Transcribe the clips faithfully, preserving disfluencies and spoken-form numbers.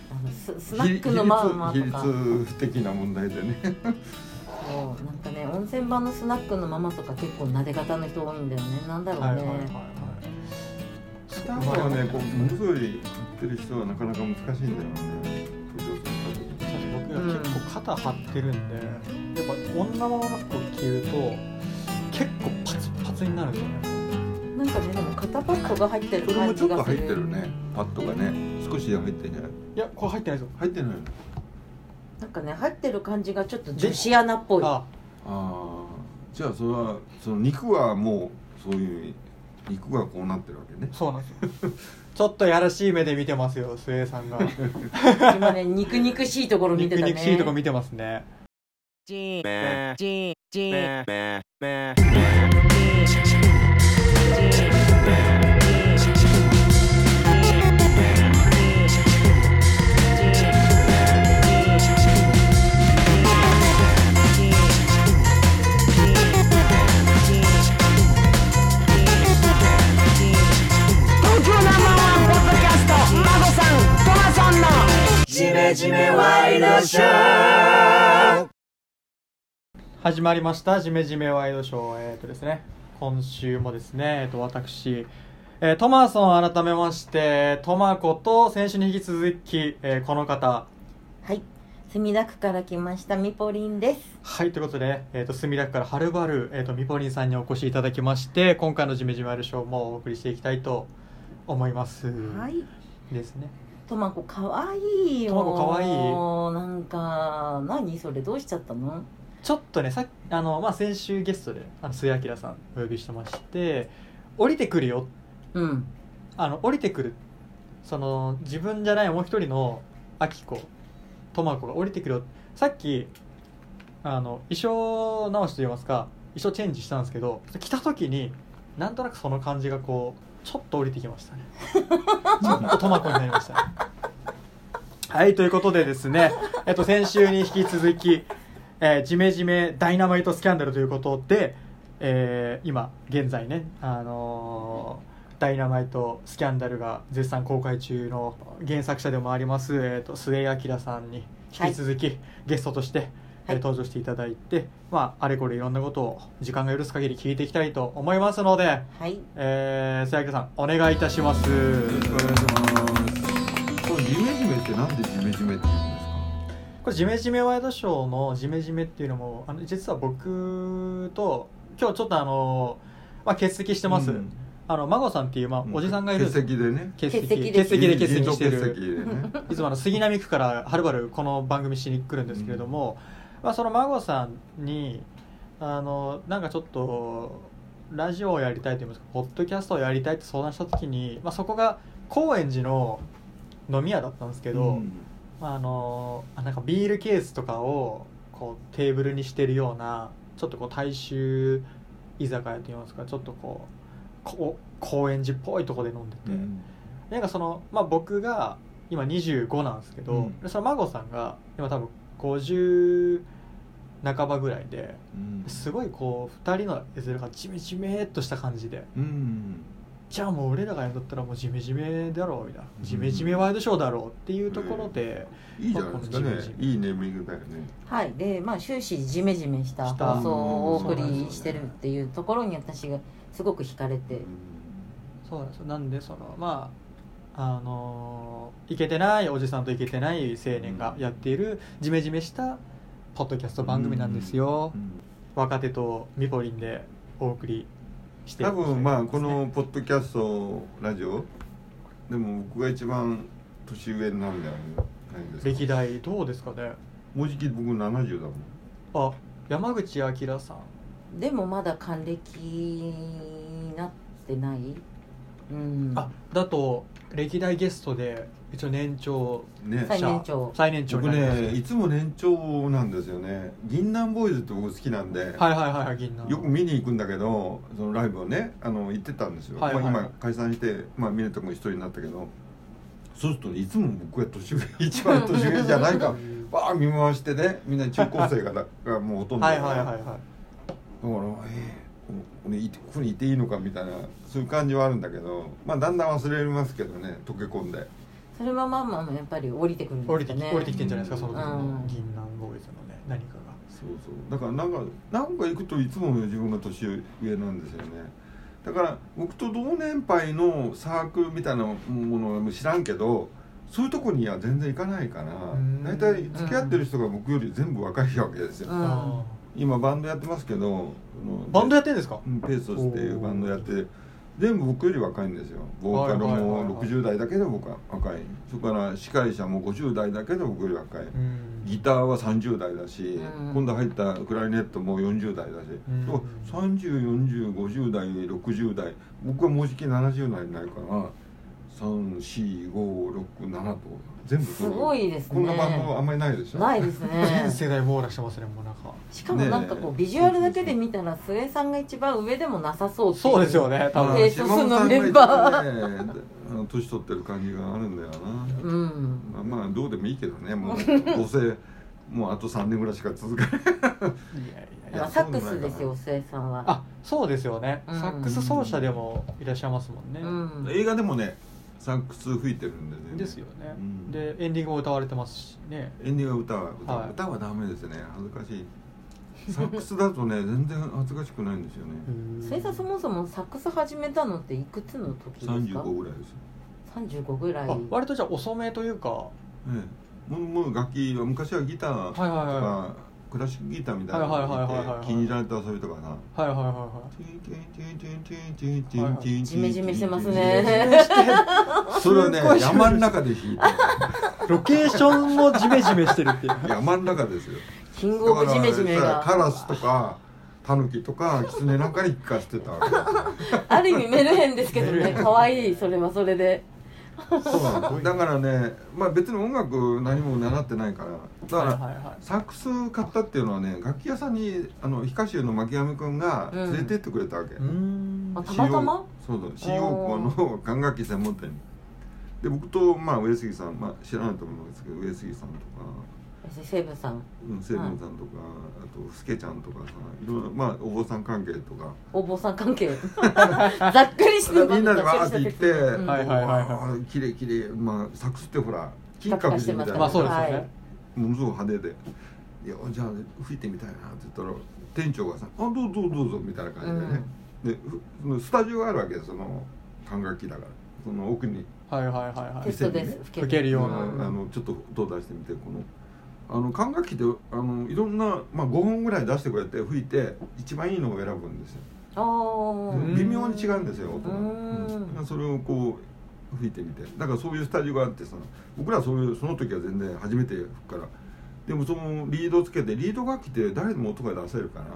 あの ス, スナックのママとか比率的な問題でねそうなんかね温泉場のスナックのママとか結構撫で方の人多いんだよね。なんだろうね、はいはいはいはい、 スタンプはねこうものすごい張ってる人はなかなか難しいんだよね。 僕が結構肩張ってるんで、やっぱ女の服を着ると結構パツパツになるんですよね。 なんかねでも肩パッドが入ってる感じがする。 それもちょっと入ってるね。パッドがね少し入ってんじゃない？ いやこれ入ってないですよ。 入ってない。 なんかね入ってる感じがちょっと女子アナっぽい。 ああじゃあそれはその肉はもうそういう肉がこうなってるわけね。 そうなんですよちょっとやらしい目で見てますよスエさんが今ね肉肉しいところ見てたね。 肉肉しいところ見てますね。 ジメジジメメメジメジメワイドショー始まりましたジメジメワイドショー。えーとですね今週もですね、えーと私、えー、トマソン改めましてトマコと先週に引き続き、えー、この方はい墨田区から来ましたみぽりんです。 はいということで、えー、と墨田区からはるばる、えー、とみぽりんさんにお越しいただきまして今回のジメジメワイドショーもお送りしていきたいと思います。 はいですね。 トマコかわいいよ。 トマコかわいい。 なんか何それどうしちゃったの？ ちょっとねさあの、まあ、先週ゲストであの末明さんお呼びしてまして降りてくるよ、 うん、 あの降りてくるその自分じゃないもう一人のアキコトマコが降りてくるよ。さっきあの衣装直しといいますか衣装チェンジしたんですけど着た時になんとなくその感じがこうちょっと降りてきましたねちょっとトマコになりましたねはいということでですね、えっと、先週に引き続き、えー、ジメジメダイナマイトスキャンダルということで、えー、今現在ね、あのー、ダイナマイトスキャンダルが絶賛公開中の原作者でもあります、えー、と末明さんに引き続き、はい、ゲストとして、はいえー、登場していただいて、まあ、あれこれいろんなことを時間が許す限り聞いていきたいと思いますので、 はいえー、末明さんお願いいたします。よろしくお願いします。これジメジメってなんでジメジメって言うんですか？ これジメジメワイドショーのジメジメっていうのもあの実は僕と今日ちょっとあの、まあ、欠席してます、うん、あの孫さんっていう、まあ、おじさんがいるんです。 欠席でね欠席欠席で欠席してる、 ね、 いつもあの杉並区からはるばるこの番組しに来るんですけれども、うんまあ、その孫さんにあのなんかちょっとラジオをやりたいと言いますかポッドキャストをやりたいって相談した時に、まあ、そこが高円寺の飲み屋だったんですけど、うんまあ、あのなんかビールケースとかをこうテーブルにしてるようなちょっとこう大衆居酒屋といいますかちょっとこうこ高円寺っぽいところで飲んでて、うん、なんかその、まあ、僕が今にじゅうごなんですけど、うん、その孫さんが今多分ごじゅう半ばぐらいで、うん、すごいこうふたりの絵面がジメジメっとした感じで、うん、じゃあもう俺らがやるんだったらもうジメジメだろうみたいな、うん、ジメジメワイドショーだろうっていうところで、 うん、いいじゃないですかね。いいネーミングだよね。 はいでまあ終始ジメジメした放送をお送りしてるっていうところに私がすごく惹かれて、うん、 そうなんですよ。なんでそのまああのイケてないおじさんとイケてない青年がやっているジメジメしたポッドキャスト番組なんですよ、うんうん、若手とミポリンでお送りしてる、 ね、多分まあこのポッドキャストラジオでも僕が一番年上になるんじゃないんですか。 歴代どうですかね。 もうじき僕ななじゅうだもん。 あ山口明さんでもまだ還暦になってない、 うん、あだと歴代ゲストで一応年長、 ね、 最年長最年長僕ねいつも年長なんですよね。銀杏ボーイズって僕好きなんで、 はいはいはい、銀杏よく見に行くんだけどそのライブをねあの行ってたんですよ、はいはいはいまあ、今解散して、まあ、見れたも一人になったけどそうすると、ね、いつも僕が年上一番年上じゃないかバーン見回してねみんな中高生ががもうほとんどはいはいはいはいだからえー俺ここにいていいのかみたいなそういう感じはあるんだけど、まあ、だんだん忘れますけどね溶け込んでそれはまあまあやっぱり降りてくるんですかね。 降りてきてんじゃないですか、その時のうん銀杏ボーイズのね何かが。 そうそうだからなんかなんか行くといつも自分が年上なんですよね。だから僕と同年配のサークルみたいなものは知らんけど、そういうとこには全然行かないから、大体付き合ってる人が僕より全部若いわけですよ、 うん、 今バンドやってますけど、 バンドやってるんですか？ ペーソスっていうバンドやって全部僕より若いんですよ。ボーカルもろくじゅう代だけど僕は若い。それから司会者もごじゅう代だけど僕より若い。ギターはさんじゅう代だし、今度入ったクラリネットもよんじゅう代だし、さんじゅう、よんじゅう、ごじゅう代、ろくじゅう代、僕はもうじきななじゅう代になるからさん、よん、ご、ろく、ななと全部すごいですね。 こんなバンドあんまりないでしょ。 ないですね。 全世代網羅してますね、もうなんか。 しかもなんかこうビジュアルだけで見たら末さんが一番上でもなさそうっていう。 そうですよね、多分。 ペーソスのメンバー。 年取ってる感じがあるんだよな。 うん。 まあどうでもいいけどね、もうどうせもうあとさんねんぐらいしか続かない。いやいや。サックスですよ、末さんは。 あ、そうですよね。サックス奏者でもいらっしゃいますもんね。 うん、 映画でもね。サックス吹いてるんでね。 ですよね、 うん、 でエンディングも歌われてますしね。 エンディングは歌は歌は、はい、歌はダメですね。恥ずかしい。サックスだとね全然恥ずかしくないんですよね。 末さんそもそもサックス始めたのっていくつの時ですか？ さんじゅうごぐらいです。 さんじゅうごぐらい。 あ、割とじゃあ遅めというか。 ええ、もうもう楽器は昔はギターとか、はいはいはい、クラシックギターみたいなのを気に入られた遊びとかさ。はいはいはいはい。 ジメジメしてますね。 それをね山の中で弾いて。 ロケーションもジメジメしてるっていう。 山の中ですよ。 キングオブジメジメが。 カラスとかタヌキとかキツネなんかに聞かせてたわけ。 ある意味メルヘンですけどね。可愛いそれはそれで。 そうなんです。だからね、まあ別に音楽何も習ってないから、だからサックス買ったっていうのはね、楽器屋さんにあの皮下州の牧山君が連れてってくれたわけ。うん、 たまたま？ そうそう、新大久保の管楽器専門店に。で僕とまあ上杉さん、まあ知らないと思うんですけど上杉さんとか。 セブンさん、 うん、セブンさんとか、あとスケちゃんとかさ、いろいろまあお坊さん関係とか。 お坊さん関係。ざっくりしてみんなでわーって行って、はいはいはい、きれいきれい、まあサックスってほら金閣寺みたいな、 まあそうですよね。 ものすごく派手で、いやじゃあ吹いてみたいなって言ったら店長がさ、あどうぞどうぞみたいな感じでね、でスタジオがあるわけです、その管楽器だから、その奥に。 はいはいはいはい。 テストです。 吹けるような、 あのちょっと音を出してみてこの。あの管楽器であのいろんな、まあ、ごほんぐらい出してこうやって吹いて一番いいのを選ぶんですよ。あ微妙に違うんですよ音が。うん、それをこう吹いてみて、だからそういうスタジオがあってさ、僕らはそういうその時は全然初めて吹くから、でもそのリードつけて、リード楽器って誰でも音が出せるから、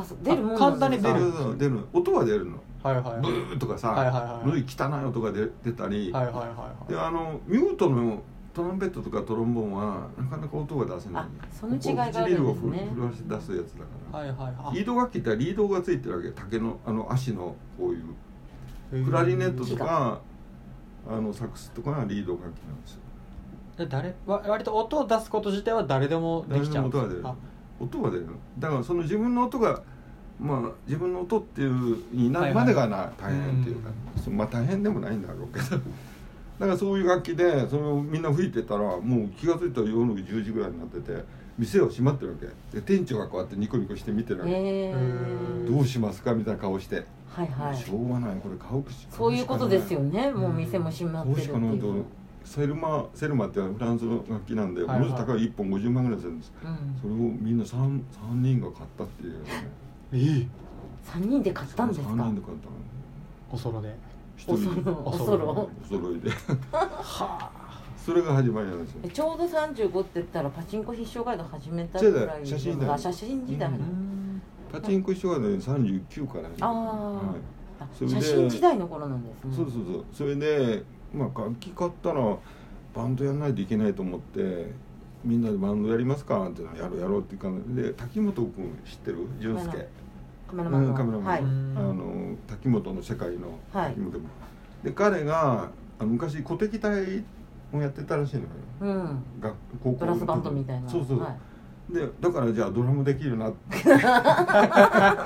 あ出るもんなんですか？ 簡単に出る出る音は出るの。 はいはい、 ブーとかさ、 はいはいはい、 すごい汚い音が 出, 出たり、 はいはいはいはい、 であのミュートのトランペットとかトロンボーンはなかなか音が出せない。 その違いがあるんですね。 唇を震わして出すやつだから、 はいはいはい、 リード楽器ってリードがついてるわけ。竹のあの足のこういうクラリネットとかあのサックスとかがリード楽器なんですよ。 で誰割と音を出すこと自体は誰でもできちゃう。 音が出る。音が出る。だからその自分の音がまあ自分の音っていうになるまでがな、はいはい、大変っていうか、うん、まあ大変でもないんだろうけど。だからそういう楽器でそれをみんな吹いてたら、もう気が付いたら夜のじゅうじぐらいになってて店は閉まってるわけで、店長がこうやってニコニコして見てるわけ。えー、どうしますかみたいな顔して、 はいはい、 しょうがないこれ買うしかない。 そういうことですよね。もう店も閉まってるっていう。 そうしかないとセルマセルマってフランスの楽器なんで、ものすごく高いいっぽんごじゅうまんぐらいするんです、うん、それをみんな 3, 3人が買ったっていうね。 えー、 さんにんで買ったんですか？さんにんで買ったの。 おそろでおそろおそろお揃いではそれが始まりなんですよ。 ちょうどさんじゅうごって言ったらパチンコ必勝ガイド始めたぐらい。 写真だ。 写真時代。うん、 パチンコ必勝ガイドさんじゅうきゅうから、ね、 ああ、はい、写真時代の頃なんですね。 そうそうそう。それでまあ楽器買ったらバンドやらないといけないと思って、みんなでバンドやりますかってやろうやろうっていう感じで、滝本君知ってる？淳介。カメラマンの、うん、カメラマン、はい、あの滝本の世界の滝本君、はい、で彼があの昔鼓笛隊をやってたらしいのよ、うん、学高校ブラスバンドみたいな。 そうそう、はい、でだからじゃあドラムできるなって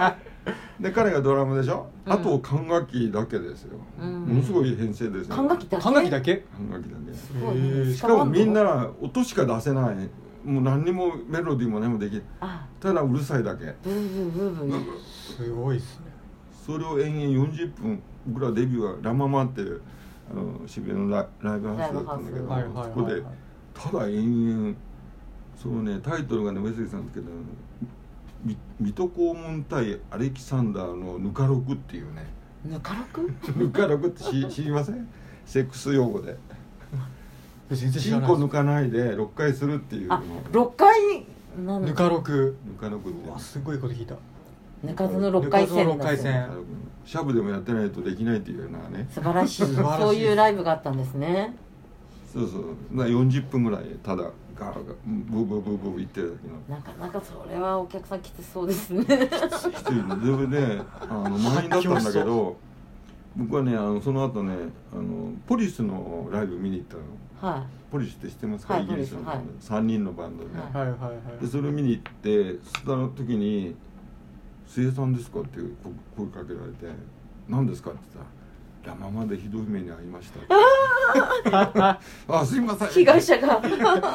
で彼がドラムでしょ、 うん、 あと管楽器だけですよ、うん、ものすごい編成ですよ。 管楽器だけ管楽器だけ管楽器だけすごい、ね、 しかもみんな音しか出せない、もう何にもメロディーも何もできない、ただうるさいだけ、 ブーブーブーブーすごいですね。 それを延々よんじゅっぷん、僕らデビューはラママっていうあの渋谷のライライブハウスだったんだけど、 はいはいはいはい、 そこでただ延々そのねタイトルがね上杉さんだけど水戸黄門対アレキサンダーのぬかろくっていうね。 ぬかろくぬかろくって知知りません？セックス用語で全然知らない。 チンコ抜かないでろっかいするっていうの。 あ、ろっかいなんぬかろく。 ぬかろくって。 うわ、すごいこと聞いた。 ぬかずのろっかいせん。 シャブでもやってないとできないっていうようなね。 素晴らしい。そういうライブがあったんですね。 そうそう。よんじゅっぷんぐらいただガーガーブーブーブーブー言ってるだけの。 なかなかそれはお客さんきつそうですね。 きついね。それであの満員だったんだけど、僕はねあのその後ねあのポリスのライブ見に行ったの。はい。ポリスって知ってますか、はい、イギリスの、はい、さんにんのバンドで、はいはいはい、でそれを見に行ってその時に「水泳さんですか?」って声かけられて「何ですか?」って言ったら「ラママでひどい目に遭いました」あすいません被害者が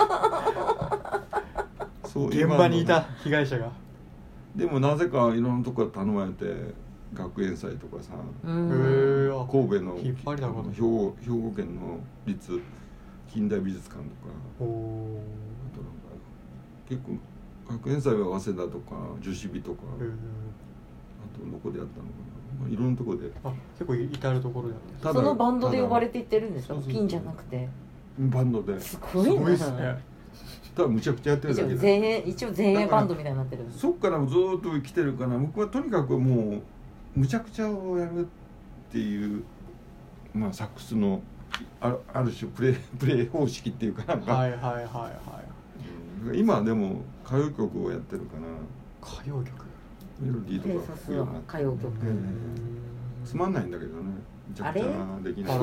そう現場にいた被害者が。 でもなぜかいろんなとこから頼まれて学園祭とかさ、神戸の引っ張りだこと兵庫、兵庫県の立近代美術館とか、おあとなんか結構学園祭は早稲田とか女子美とか、あとどこでやったのかな、まあ、いろんなところで。 あ結構至るところでやってる。 そのバンドで呼ばれていってるんですか？ピンじゃなくてバンドで。 すごいですね。 ただむちゃくちゃやってるだけで前衛一応前衛バンドみたいになってる。 そっからずっと来てるから、僕はとにかくもうむちゃくちゃをやるっていう、まあサックスのあ る, ある種プレイプレイ方式っていうかなんか、 はいはいはいはい、 今でも歌謡曲をやってるかな。 歌謡曲メロディーとか吹くような歌謡曲、えー、つまんないんだけどね、めちゃくちゃできない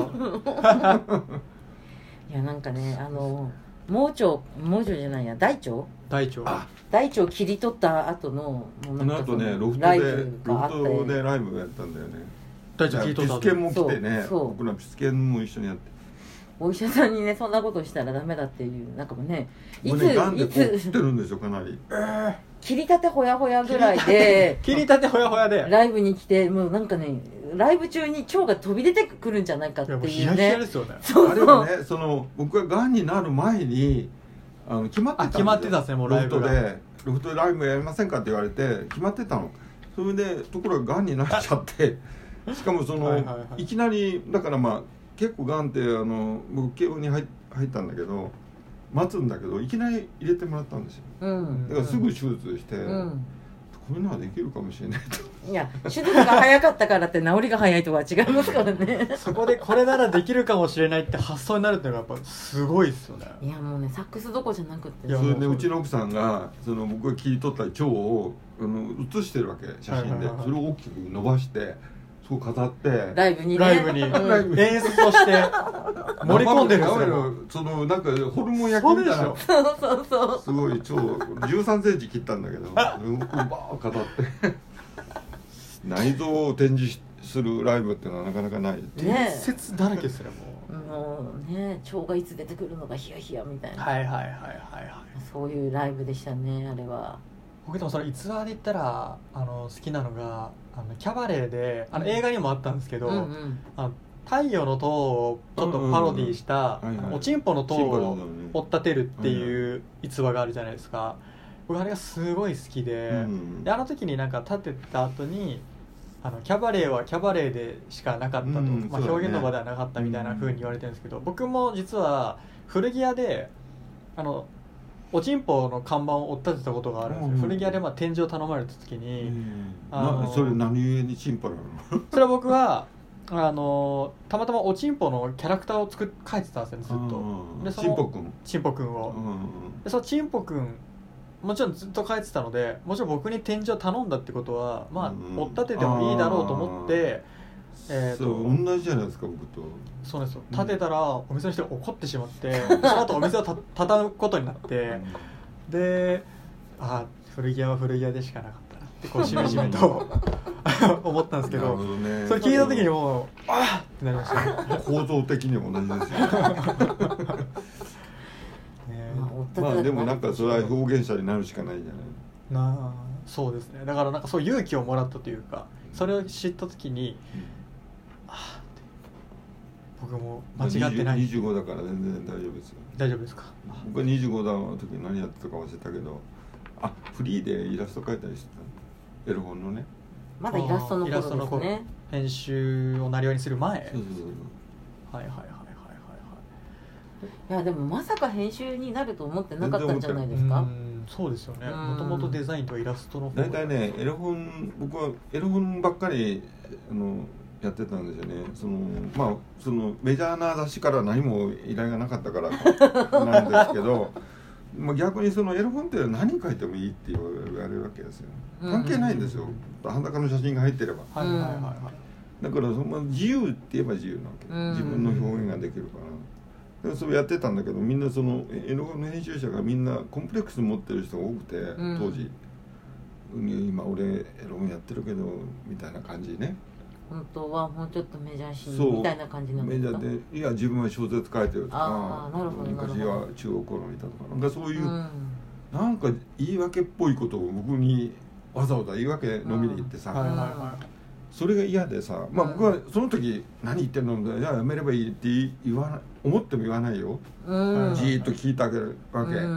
いやなんかねあの盲腸盲腸じゃないや大腸大腸大腸を切り取った後のその後ねロフトでロフトでライブをやったんだよね。 大腸切り取った後ピスケンも来てね、僕らピスケンも一緒にやって、 お医者さんにねそんなことしたらダメだっていうなんかもねいついつ切ってるんですよかなり、 えー、切りたてほやほやぐらいで切りたてほやほやでライブに来てもうなんかねライブ中に腸が飛び出てくるんじゃないかっていうね。 ヒヤヒヤですよね。 そうそうあれはねその僕ががんになる前にあの決まってたんですよ。 決まってたんですねもうライブが。 ロフトでロフトでライブやりませんかって言われて決まってたの。それでところががんになっちゃってしかもその、はいはいはい、いきなりだからまあ結構がんってあの僕慶応に 入, 入ったんだけど待つんだけどいきなり入れてもらったんですよ、うん、だからすぐ手術して、うん、こういうのはできるかもしれないと。 いや手術が早かったからって治りが早いとは違いますからねそこでこれならできるかもしれないって発想になるっていうのがやっぱすごいですよね。 いやもうねサックスどこじゃなくて、 いやそれでうちの奥さんがその僕が切り取った腸をあの写してるわけ写真で、それを大きく伸ばしてそう飾ってライブにねライブに演出として盛り込んでるんですよ。 そのなんかホルモン焼きみたいな。 そうそうそうすごい超じゅうさんセンチ切ったんだけどバー飾って内臓を展示するライブっていうのはなかなかない。 伝説だらけですよもう。もうね腸がいつ出てくるのかヒヤヒヤみたいな。 はいはいはいはいはい。 そういうライブでしたねあれは。 僕でもそれ逸話で言ったらあの好きなのがあのキャバレーであの映画にもあったんですけど、うんうん、あの太陽の塔をちょっとパロディしたおちんぽの塔を追っ立てるっていう逸話があるじゃないですか。僕あれがすごい好き で,、うん、であの時になんか立てた後にあのキャバレーはキャバレーでしかなかったと、うんまあ、表現の場ではなかったみたいな風に言われてるんですけど、うん、僕も実は古着屋であのおちんぽの看板を追っ立てたことがあるんですよ、うん、古着屋でまあ展示を頼まれた時に、うん、 あのそれ何故にチンポなのそれは僕はあのたまたまおちんぽのキャラクターを作っ描いてたんですよずっと。 でそのチンポくんチンポくんを、うん、でそのチンポくんもちろんずっと描いてたのでもちろん僕に展示を頼んだってことはまあ、うん、追っ立ててもいいだろうと思って、 えー、そう同じじゃないですか僕と。 そうですよ。立てたらお店の人が怒ってしまってその後お店をた畳むことになってであ古着屋は古着屋でしかなかったなってこうしめじめと思ったんですけど、 なるほどね、 それ聞いた時にもうあーってなりましたね。 構造的にも同じですよねまあでもなんかそれは表現者になるしかないじゃない。 なあ、そうですね。だからなんかそう勇気をもらったというか、それを知った時に、うん、ああって僕も間違ってない。 にじゅうごだから全然大丈夫ですよ。 大丈夫ですか。 僕はにじゅうごだの時何やってたか忘れたけど、あ、フリーでイラスト描いたりしてた。エロ本のね。 まだイラストの頃ですね。 編集をなりわいにする前。 そうそうそう。 はいはいはいはいはいはい。 いやでもまさか編集になると思ってなかったんじゃないですか。 うんそうですよね。もともとデザインとイラストの方大体ねエロ本、僕はエロ本ばっかりあのやってたんですよね。そのまあそのメジャーな雑誌から何も依頼がなかったからなんですけどまあ逆にそのエロ本って何書いてもいいって言われるわけですよ。関係ないんですよ、うん、裸の写真が入ってれば、 はいはいはいはい、 だからその自由って言えば自由なわけ、うん、自分の表現ができるからでそれやってたんだけど、みんなそのエロ本の編集者がみんなコンプレックス持ってる人が多くて、うん、当時今俺エロ本やってるけどみたいな感じね。 本当はもうちょっとメジャーシーンみたいな感じなんですか。 メジャーでいや自分は小説書いてるとか、 あなるほど昔は中国頃にいたとかなんかそういう、うん、なんか言い訳っぽいことを僕にわざわざ言い訳飲みに行ってさ、うんはいはいはい、それが嫌でさ、まあ僕はその時何言ってんのじゃあやめればいいって言わない思っても言わないよ、うん、じーっと聞いてあげるわけ、うんうん、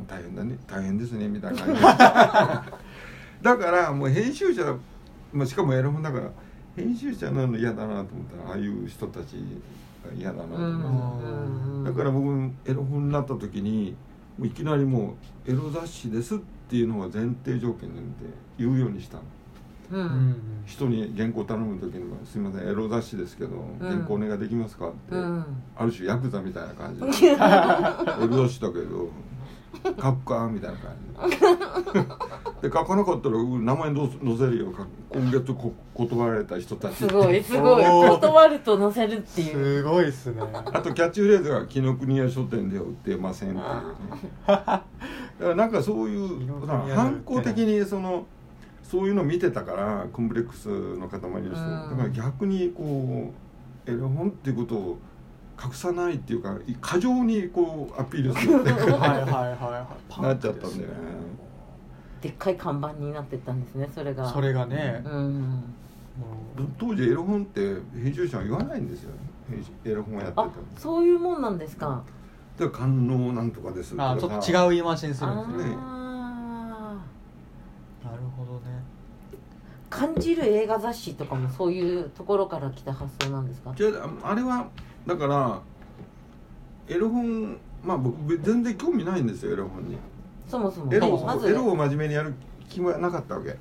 大変だね大変ですねみたいな感じだからもう編集者、まあ、しかもエロ本だから編集者なの嫌だなと思ったらああいう人たちが嫌だなと思って、だから僕エロ本になった時にもういきなりもうエロ雑誌ですっていうのが前提条件で言うようにしたの、うん、人に原稿頼む時には「すいませんエロ雑誌ですけど、うん、原稿お願いできますか?」って、うん、ある種ヤクザみたいな感じでエロ雑誌だけど書くかみたいな感じで書かなかったら名前載せるよ今月こ断られた人たちすごいすごい断ると載せるっていうすごいっすね。 あとキャッチフレーズが紀ノ国屋書店では売ってませんっていうねだからなんかそういう反抗的にそのそういうのを見てたからコンプレックスの塊の人、だから逆にこうエロ本っていうことを隠さないっていうか過剰にこうアピールするってはいはいはいはいなっちゃったんだよね。 でっかい看板になってったんですねそれがそれがね、うん、 当時エロ本って編集者は言わないんですよね。エロ本をやってた。 あそういうもんなんですか。 で官能なんとかですあちょっと違う言い回しにするんですね。 あなるほどね。 感じる映画雑誌とかもそういうところから来た発想なんですか。 じゃああれはだからエロ本まあ僕全然興味ないんですよエロ本に。 そもそもエロを、まエロを真面目にやる気はなかったわけ、うん、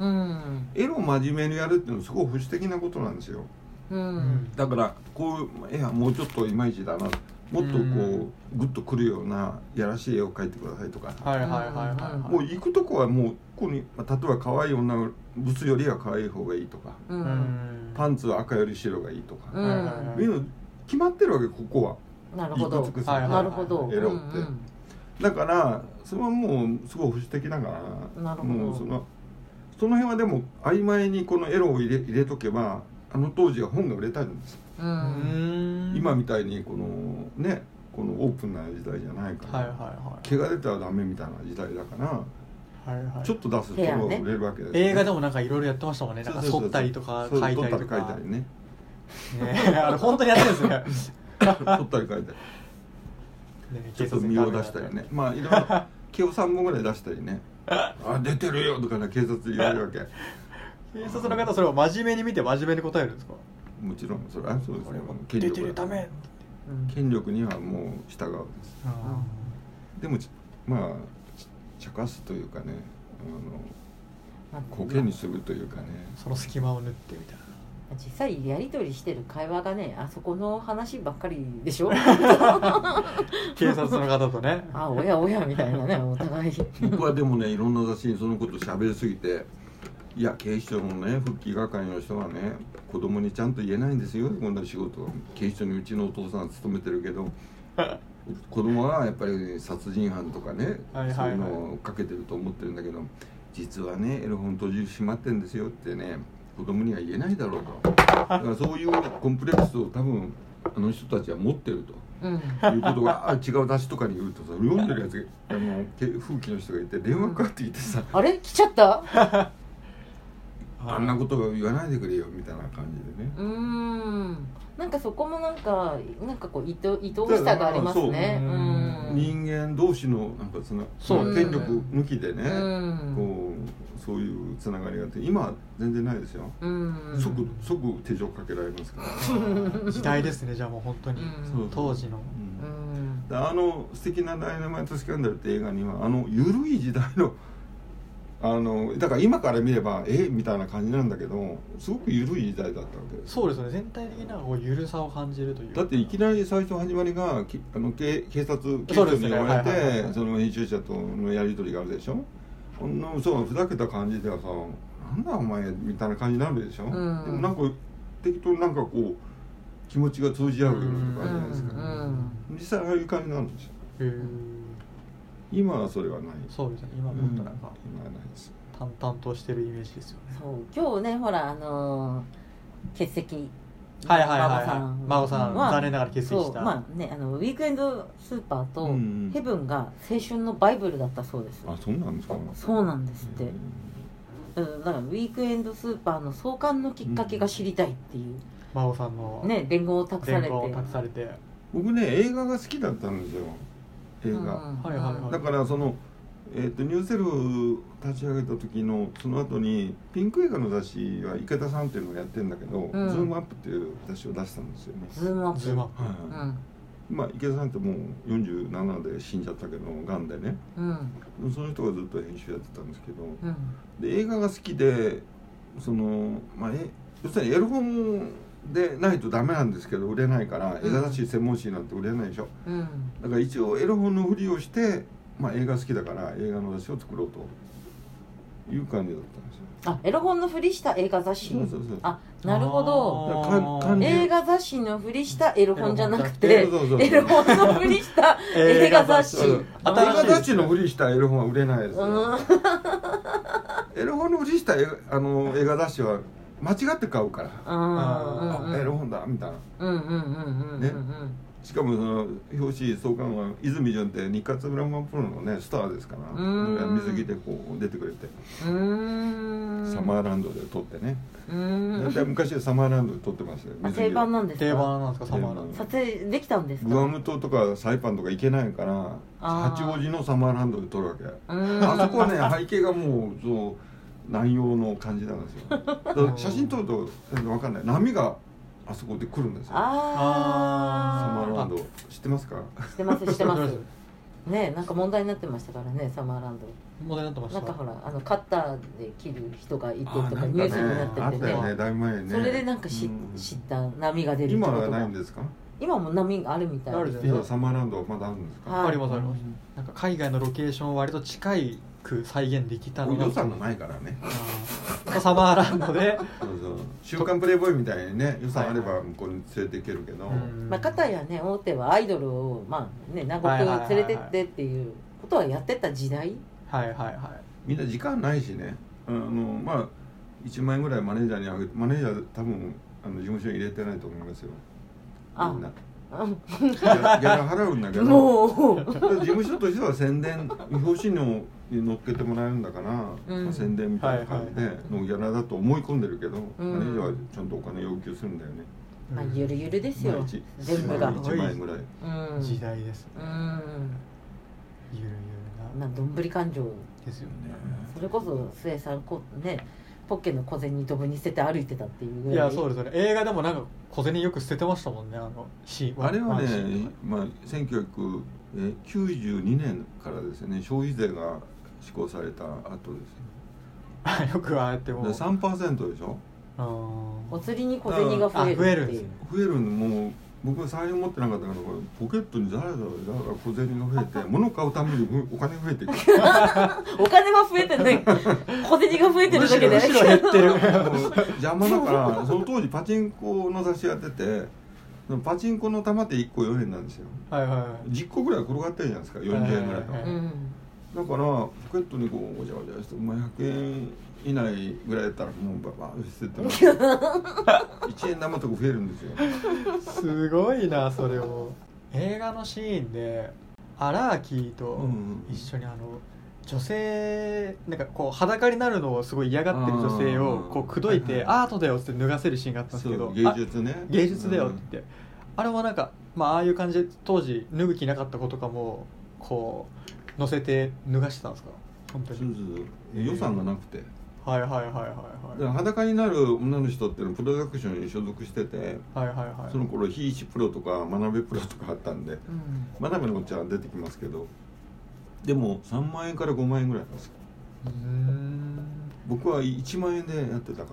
エロを真面目にやるっていうのはすごい保守的なことなんですよ、うん、だからこういう絵はもうちょっといまいちだなもっとこう、うん、グッとくるようなやらしい絵を描いてくださいとか、はいはいはいはい、もう行くとこはもうここに例えば可愛い女のブスよりは可愛い方がいいとか、うん、パンツは赤より白がいいとか、うん、いうの決まってるわけここは。 なるほどなるほどエロって、うんうん、だからそれはもうすごい保守的だからなるほどもうそのその辺はでも曖昧にこのエロを入れ入れとけばあの当時は本が売れたんです。うん今みたいにこのねこのオープンな時代じゃないから、はいはいはい、毛が出たらダメみたいな時代だから、はいはい、ちょっと出すと売れるわけです、ね、 映画でもなんかいろいろやってましたもんね。なんか剃ったりとか書いたりとか撮ったり書いたりねねあれ本当にやってるんですね撮ったり書いたりちょっと身を出したりねまあいろいろ毛をさんぼんぐらい出したりねあ出てるよとかね警察言われるわけ警察の方それを真面目に見て真面目に答えるんですか。 もちろんそれはそうですね権力出てるため権力にはもう従うです、うん、でもまあ茶化すというかねあのコケにするというかねその隙間を縫ってみたいな。 実際やり取りしてる会話がねあそこの話ばっかりでしょ警察の方とねあおやおやみたいなねお互い僕はでもねいろんな雑誌にそのこと喋りすぎていや警視庁のね復帰係の人はね子供にちゃんと言えないんですよこんな仕事警視庁にうちのお父さん勤めてるけど子供はやっぱり殺人犯とかね、はいはいはい、そういうのをかけてると思ってるんだけど実はねエロ本閉じ閉まってるんですよってね子供には言えないだろうとだからそういうコンプレックスを多分あの人たちは持ってると、うん、いうことがあ違う雑誌とかに言うとさ読んでるやつあの風紀の人がいて電話かかってきてさ、 うん、あれ来ちゃったあんなことを言わないでくれよみたいな感じでね。 うーんなんかそこもなんかなんかこういと愛おしさがありますね。うん、 人間同士のなんかつなそう権力抜きでね、うん、こうそういうつながりがあって今は全然ないですよ。うん、即即手錠かけられますから。 時代ですねじゃあもう本当に、うん、当時の。 うん、あの素敵なダイナマイトスキャンダルって映画にはあの緩い時代のあのだから今から見ればえみたいな感じなんだけどすごく緩い時代だったわけです。 そうですね全体的なこう緩さを感じるというだっていきなり最初始まりがあの警, 警察警察に呼ばれてその編集者とのやり取りがあるでしょ。そうふざけた感じではさなんだお前みたいな感じになるでしょ、うん、でもなんか適当になんかこう気持ちが通じ合うような感じじゃないですか、うんうん、実際ああいう感じなんですよ。今はそれはない。 そうですね今もっとなんか、うん、 今はないです。 淡々としてるイメージですよね。 そう今日ねほらあのー、欠席はいはいはいはい孫さん残念ながら欠席した。 まあねあのウィークエンドスーパーとヘブンが青春のバイブルだったそうです。 あそうなんですか。 そうなんですって。だからウィークエンドスーパーの創刊のきっかけが知りたいっていう、うん、 孫さんのね伝言を託されて託されて僕ね映画が好きだったんですよ映画、うんはいはいはい、だからその、えー、とニューセル立ち上げた時のその後にピンク映画の雑誌は池田さんっていうのをやってるんだけど、うん、ズームアップっていう雑誌を出したんですよね。 ズームアップ、ズームアップ、はいはいうんまあ、池田さんってもうよんじゅうななで死んじゃったけどがんでね、うん、その人がずっと編集やってたんですけど、うん、で映画が好きでその、まあ、え要するにエロ本でないとダメなんですけど売れないから映画雑誌専門誌なんて売れないでしょ、うん、だから一応エロ本のふりをして、まあ、映画好きだから映画の雑誌を作ろうという感じだったんですよ。 あエロ本のふりした映画雑誌。そうそうそうあなるほど。映画雑誌のふりしたエロ本じゃなくてエロ本のふりした映画雑誌。映画雑誌のふりしたエロ本は売れないですよ、うん、エロ本のふりしたあの映画雑誌は間違って買うからあ、うんうん、エロ本だみたいなね。しかもその表紙創刊は泉潤って日活グランマンプロのねスターですから水着でこう出てくれてうーんサマーランドで撮ってね大体昔はサマーランドで撮ってましたよ。 水着定番なんですか。 定番なんですかサマーランド。 撮影できたんですか。 グアム島とかサイパンとか行けないから八王子のサマーランドで撮るわけ。あそこはね背景がもうそう南洋の感じなんですよ。写真撮ると分かんない波があそこで来るんですよ。ああサマーランド知ってますか。 知ってます知ってますね。なんか問題になってましたからねサマーランド。 問題になってました。 なんかほらあのカッターで切る人がいてとかニュースになっててね。 あったよねだいぶ前ね。 それでなんか知った波が出る。 今はないんですか。 今も波があるみたいです。 今サマーランドまだあるんですか。 ありますあります。なんか海外のロケーションを割と近いく再現できたのが予算がないからね。 サマーランドでそうそう週刊プレイボーイみたいにね予算あれば向こうに連れていけるけど、 まあ片やね大手はアイドルをまあね南国連れてってっていうことはやってた時代。 はいはいはい。 みんな時間ないしね。あのまあいちまんえんぐらいマネージャーにあげてマネージャー多分あの事務所に入れてないと思いますよ。みんな。ギャラ払うんだけど事務所としては宣伝表紙のに乗っけてもらえるんだから、うんまあ、宣伝みたいな感じでのギャラだと思い込んでるけど、うん、マネージャーはちゃんとお金要求するんだよね。 まあゆるゆるですよ、まあ、全部がいちまんえんぐらい、 うん、時代ですね、うん、ゆるゆるなまあどんぶり勘定ですよね。 それこそ末さんこねポッケの小銭ドブに捨てて歩いてたっていうぐらい。 いやそうですよね。映画でもなんか小銭よく捨ててましたもんね。あのシーンあれはね、まあ、せんきゅうひゃくきゅうじゅうにねんからですね消費税が施行された後ですよ。よくああやってもさんパーセント でしょ。 あお釣りに小銭が増えるっていう。 増えるんですよ。 増えるのもう僕は財布持ってなかったからこれポケットにザラザラザラ小銭が増えて物買うためにお金増えていくお金は増えてない小銭が増えてるだけでむしろ減ってる邪魔だからその当時パチンコの雑誌やっててパチンコの玉っていっこよえんなんですよ、はいはいはい、じゅっこぐらい転がってるじゃないですかよんじゅうえんぐらいの、はいはいはい、 だからポケットにこうごちゃごちゃして、まあ、ひゃくえん以内ぐらいだったらもうババーッ捨ててますいちえん玉とか増えるんですよ。 すごいなそれを。映画のシーンで荒木と一緒にあの女性なんかこう裸になるのをすごい嫌がってる女性をこう口説いてアートだよって脱がせるシーンがあったんですけど、 芸術ね、 芸術だよって言って、あれもなんかまあああいう感じで当時脱ぐ気なかった子とかもこう乗せて脱がしてたんですか本当に。 そうそうそう、予算がなくて、 はいはいはいはいはい。 裸になる女の人っていうのはプロダクションに所属してて、 はいはいはい、 その頃ひいしプロとか真鍋プロとかあったんで、うん、真鍋のおっちゃん出てきますけど、でもさんまんえんからごまんえんぐらいなんですよ。うーん、僕はいちまんえんでやってたから。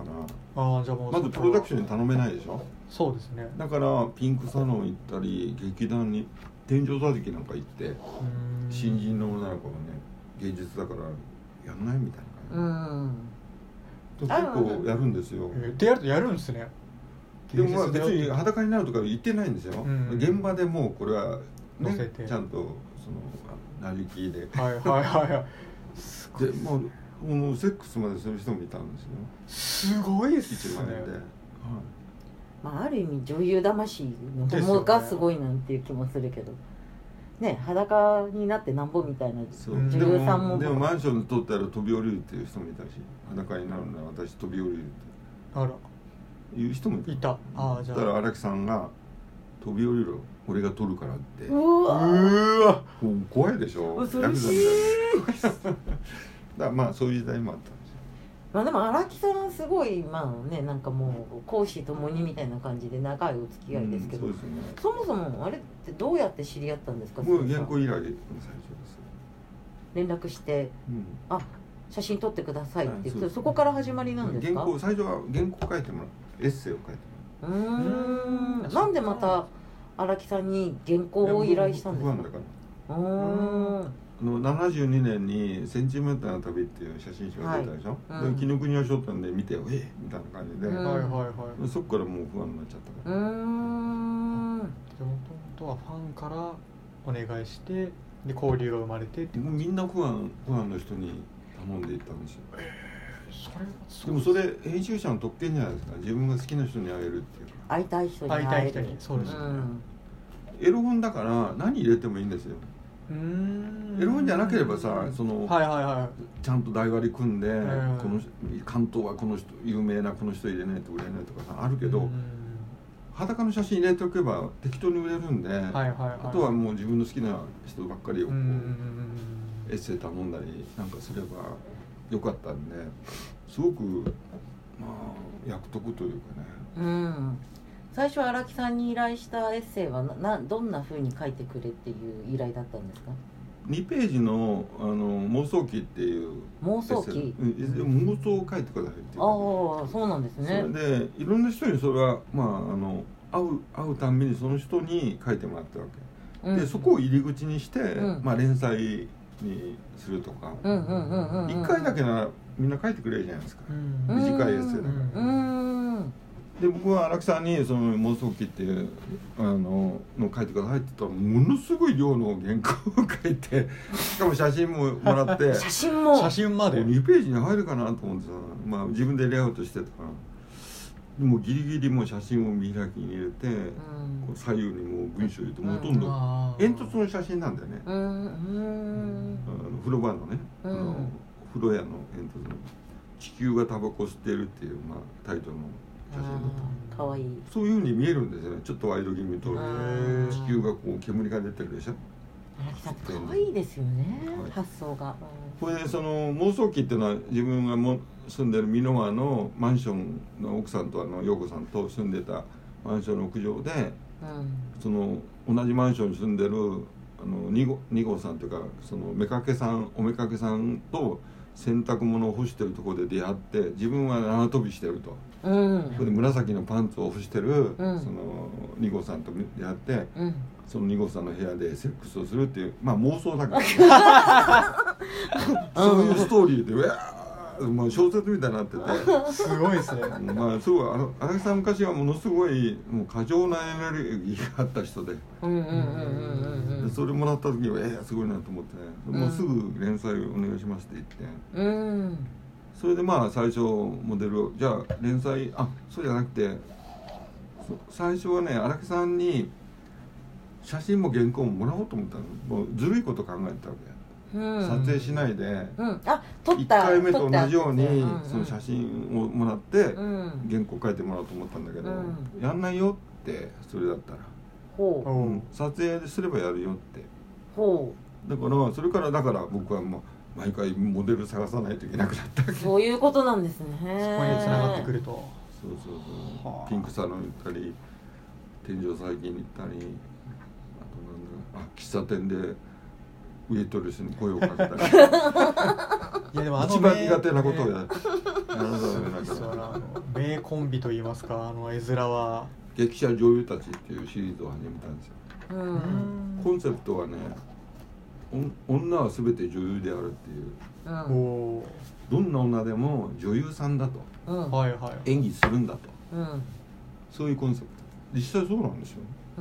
あ、じゃあもうまずプロダクションに頼めないでしょ。 そうですね。 だからピンクサロン行ったり劇団に天井座敷なんか行って新人の女の子がね芸術だからやんないみたいな感じ、結構やるんですよ。 でやるとやるんですね。 でもまあ別に裸になるとか言ってないんですよ、うん、現場でもうこれは、ね、ちゃんとそのなりきりではいはいはいはいでもう、もうセックスまでする人もいたんですよ。すごいっすね。いちまんえんで、はい、 まあ、ある意味女優魂の友がすごいなんていう気もするけどね、裸になってなんぼみたいな女優さんも。 でも、でもマンションに取ったら飛び降りるっていう人もいたし、裸になるなら私飛び降りるってあらいう人もいた。ああ、じゃあ。だから荒木さんが飛び降りろ、俺が取るからって。 うわ。 うわ。怖いでしょ。 恐ろしい。 だからまあそういう時代もあったんですよ。 まあでも荒木さんすごいまあね、なんかもう公私ともにみたいな感じで長いお付き合いですけど、うん、そうですね、そもそもあれってどうやって知り合ったんですか。 もう原稿依頼で最初です。 連絡して、うん、あ、写真撮ってくださいって言って、はい、そ, そこから始まりなんですか。 原稿最初は原稿書いてもらう、エッセイを書いてもらう。うーん、なんでまた荒木さんに原稿を依頼したんですか。不安だから。うーん、 あのななじゅうにねんにセンチメーターの旅っていう写真集が出たでしょ、はい、うん、で紀ノ国屋書店で見て、えー、みたいな感じで、うん、はいはいはい、そこからもう不安になっちゃったから。うーん、もともとはファンからお願いしてで交流が生まれてってもうみんなファンファンの人に頼んでいったんですよ。えー、それはすごい。でもそれ編集者の特権じゃないですか。自分が好きな人に会えるっていうか、 会いたい人に会える。会いたい人に、 そうですね、うん、 エロ本だから何入れてもいいんですよ。うーん、エロ本じゃなければさ、その、はいはいはい、ちゃんと台割り組んで、この関東はこの人有名なこの人入れないと売れないとかさあるけど、裸の写真入れておけば適当に売れるんで、はいはいはい、あとはもう自分の好きな人ばっかりをこうエッセイ頼んだりなんかすればよかったんで、すごくまあ役得というかね。 うん、最初荒木さんに依頼したエッセイはなどんな風に書いてくれっていう依頼だったんですか。 にページのあの妄想記っていう妄想記、 うん、妄想を書いてくださいっていう。 ああ、そうなんですね。 それでいろんな人にそれはまああの会う会うたんびにその人に書いてもらったわけ、うん、でそこを入り口にして、うん、まあ連載にするとか、一回だけならみんな書いてくれるじゃないですか、うん、短いエッセイだから、うん、で僕は荒木さんにその妄想記っていうあのの書いてくださいって言ったらものすごい量の原稿を書いて、しかも写真ももらって写真も写真までにページに入るかなと思ってさ、まあ、自分でレイアウトしてたからでもギリギリもう写真を見開きに入れて、うん、こう左右にもう文章入れて、もうほとんど煙突の写真なんだよね、うんうん、あの風呂場のね、うん、あの風呂屋の煙突の地球がタバコ吸ってるっていう、まあ、タイトルの写真だった。 かわいい。 そういう風に見えるんですよね。ちょっとワイド気味と地球がこう煙が出てるでしょ。 かわいいですよね、はい、発想が。 これでその妄想記っていうのは自分がも住んでる美濃輪のマンションの奥さんとあの陽子さんと住んでたマンションの屋上で、うん、その同じマンションに住んでるあの二号、二号さんというかそのめかけさんおめかけさんと洗濯物を干してるところで出会って自分は縄跳びしてると、うん、それで紫のパンツを干してる、うん、その二号さんと出会って、うん、その二号さんの部屋でセックスをするっていうまあ妄想だけどそういうストーリーでうわーもう小説みたいになっててすごいですね。 まあそうあの荒木さん昔はものすごいもう過剰なエネルギーがあった人で、 うんうんうんうんうんうん、 でそれもらった時はえー、すごいなと思ってね、うん、もうすぐ連載お願いしますって言って、うん、それでまあ最初モデルをじゃあ連載あそうじゃなくて最初はね荒木さんに写真も原稿ももらおうと思ったの。もうずるいこと考えたわけ。うん、撮影しないで、うん、あ撮ったいっかいめと同じように、うんうん、その写真をもらって、うん、原稿書いてもらおうと思ったんだけど、うん、やんないよってそれだったらほう、うん、撮影すればやるよってほうだからそれからだから僕はもう毎回モデル探さないといけなくなったわけ。 そういうことなんですね。そこに繋がってくるとそうそうそう、ピンクサロン行ったり天井細菌に行ったりあとなんだあ喫茶店でウエイトレスに声をかけたりいやでもあの一番苦手なことをやる名コンビといいますかあの絵面は劇者女優たちっていうシリーズを始めたんですよ、うん、コンセプトはね女は全て女優であるっていう、うん、どんな女でも女優さんだと、うん、演技するんだと、うん、そういうコンセプト実際そうなんですよ、うん、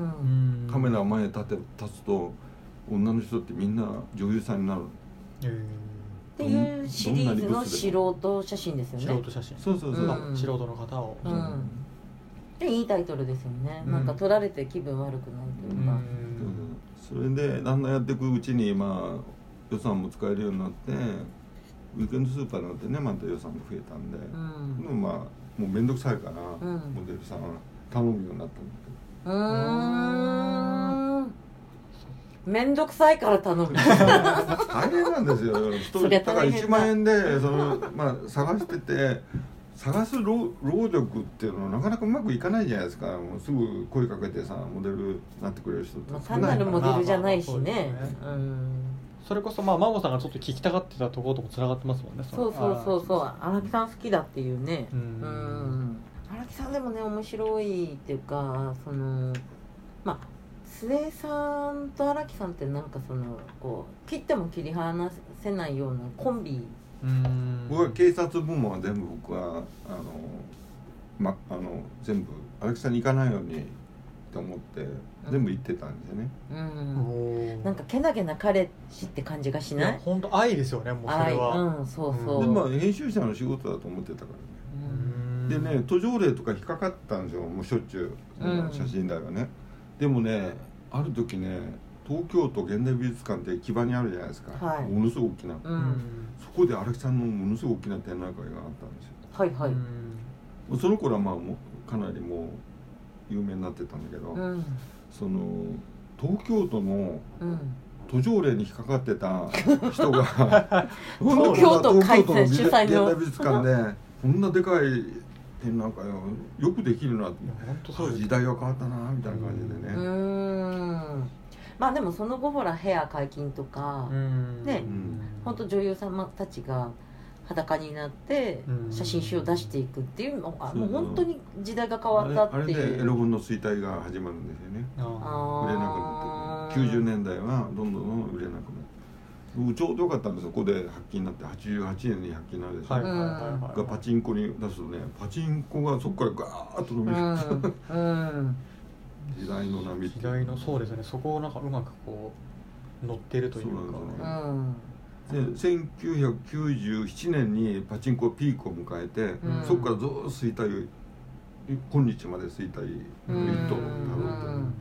カメラ前に立て立つと女の人ってみんな女優さんになる、 えー、っていうシリーズの素人写真ですよね。 素人写真そうそうそう、 うん、素人の方を、うん、 でいいタイトルですよね、うん、なんか撮られて気分悪くないというか、 うん、それでだんだんやっていくうちにまあ予算も使えるようになってウィークエンドスーパーになってねまた予算が増えたんで、うん、でもまあもう面倒くさいから、うん、モデルさんは頼むようになったんだけどうーんめんどくさいから頼む大変なんですよそれだからいちまん円でその、まあ、探してて探す労力っていうのはなかなかうまくいかないじゃないですか。もうすぐ声かけてさモデルになってくれる人って、 まあ、単なるモデルじゃないしね、まあまあ そ, ねうん、 それこそまあ真帆さんがちょっと聞きたがってたところともつながってますもんね。 そうそうそうそう荒木さん好きだっていうねうんうん荒木さんでもね面白いっていうかそのまあ須江さんと荒木さんってなんかそのこう切っても切り離せないようなコンビ。 うーん僕は警察部門は全部僕はあの、ま、あの全部荒木さんに行かないようにと思って全部行ってたんですよね、うんうん、なんかけなげな彼氏って感じがしない？ 本当愛ですよねもうそれは、 うん、そうそう、 でまあ編集者の仕事だと思ってたからね、うん、でね途上例とか引っかかったんですよもうしょっちゅう、うん、写真代はね。でもねある時ね東京都現代美術館って木場にあるじゃないですか、はい、ものすごく大きな、うん、そこで荒木さんのものすごく大きな展覧会があったんですよ。 はいはい、 うん、その頃はまあもうかなりもう有名になってたんだけど、うん、その東京都の途上例に引っかかってた人が東京都開催主催の現代美術館でこんなでかい展覧会をよくできるなって、時代は変わったなみたいな感じでね。うーんまあでもその後ほらヘア解禁とかね本当女優様たちが裸になって写真集を出していくっていうのはもう本当に時代が変わったっていう。 あれでエロ本の衰退が始まるんですよね。売れなくなってきゅうじゅうねんだいはどんどん売れなくなってちょうどよかったんですよ。ここで発禁になってはちじゅうはちねんに発禁になるでしょ、はいはいはいはい、がパチンコに出すとねパチンコがそこからガーッと伸びる、うんうん、時代の波時代のそうですねそこをなんかうまくこう乗ってるというかそうなんですよね、うん、でせんきゅうひゃくきゅうじゅうななねんにパチンコピークを迎えて、うん、そこからずっと衰退今日まで衰退リットをたどってる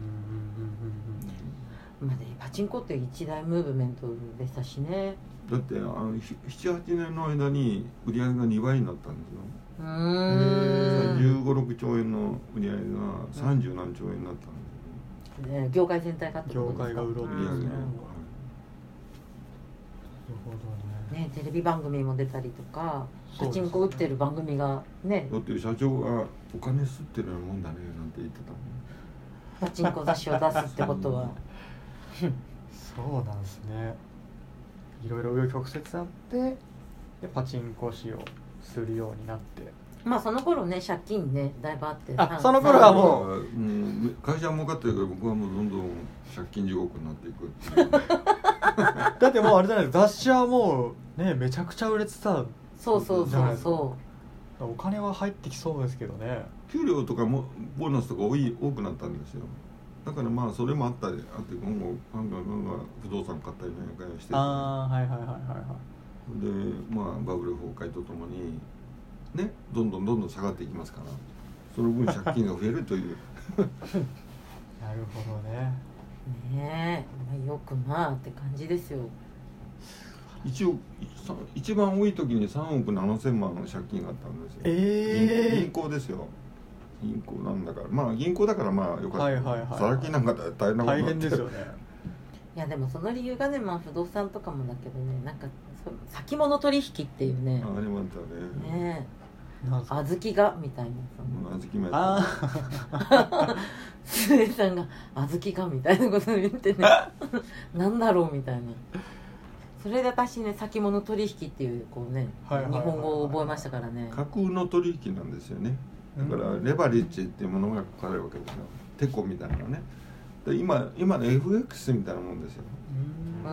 までパチンコって一大ムーブメントでしたしね。 だってあのななはちねんの間に売り上げがにばいになったんですよ。うーんじゅうご、ろくちょうえんの売り上げがさんじゅうなんちょうえんになったんですよ、 ね、業界全体がってことですか。 業界が潤ってますね。 ね、テレビ番組も出たりとかパチンコ打ってる番組がねだって社長がお金吸ってるようなもんだねなんて言ってたもん。 パチンコ雑誌を出すってことはそうなんですね。いろいろ紆余曲折あってでパチンコ使用するようになってまあその頃ね借金ねだいぶあってあその頃はもう、 うん、会社は儲かってるから僕はもうどんどん借金地獄になっていくっていうだってもうあれじゃないですか雑誌はもうねめちゃくちゃ売れてたそうそうそうそう。お金は入ってきそうですけどね。 給料とかもボーナスとか多い多くなったんですよ。だからまあそれもあったりあって今後ガンガンガンガン不動産買ったりなんかして、 ああはいはいはいはいはいでまあバブル崩壊とともにねどんどんどんどん下がっていきますから、その分借金が増えるというなるほどね。 ねえ、よくまあって感じですよ。 一応一番多い時にさんおくななせんまんの借金があったんですよ。 えー、 銀行ですよ。銀行なんだからまあ銀行だからまあよかった、 はいはいはいはい、 さら金なんか大変なことになって大変ですよね。 いやでもその理由がね、まあ不動産とかもだけどね、なんか先物取引っていうね、 あれもあったね。 ねえ、小豆がみたいな、 小豆もやったスエさんが小豆がみたいなことを言ってねなんだろうみたいな。それで私ね、先物取引っていうこうね、はいはいはいはい、日本語を覚えましたからね。 架空の取引なんですよね。だからレバレッジっていうものがかかるわけですよ。テコみたいなのね。で 今, 今の エフエックス みたいなもんですよ。 うん、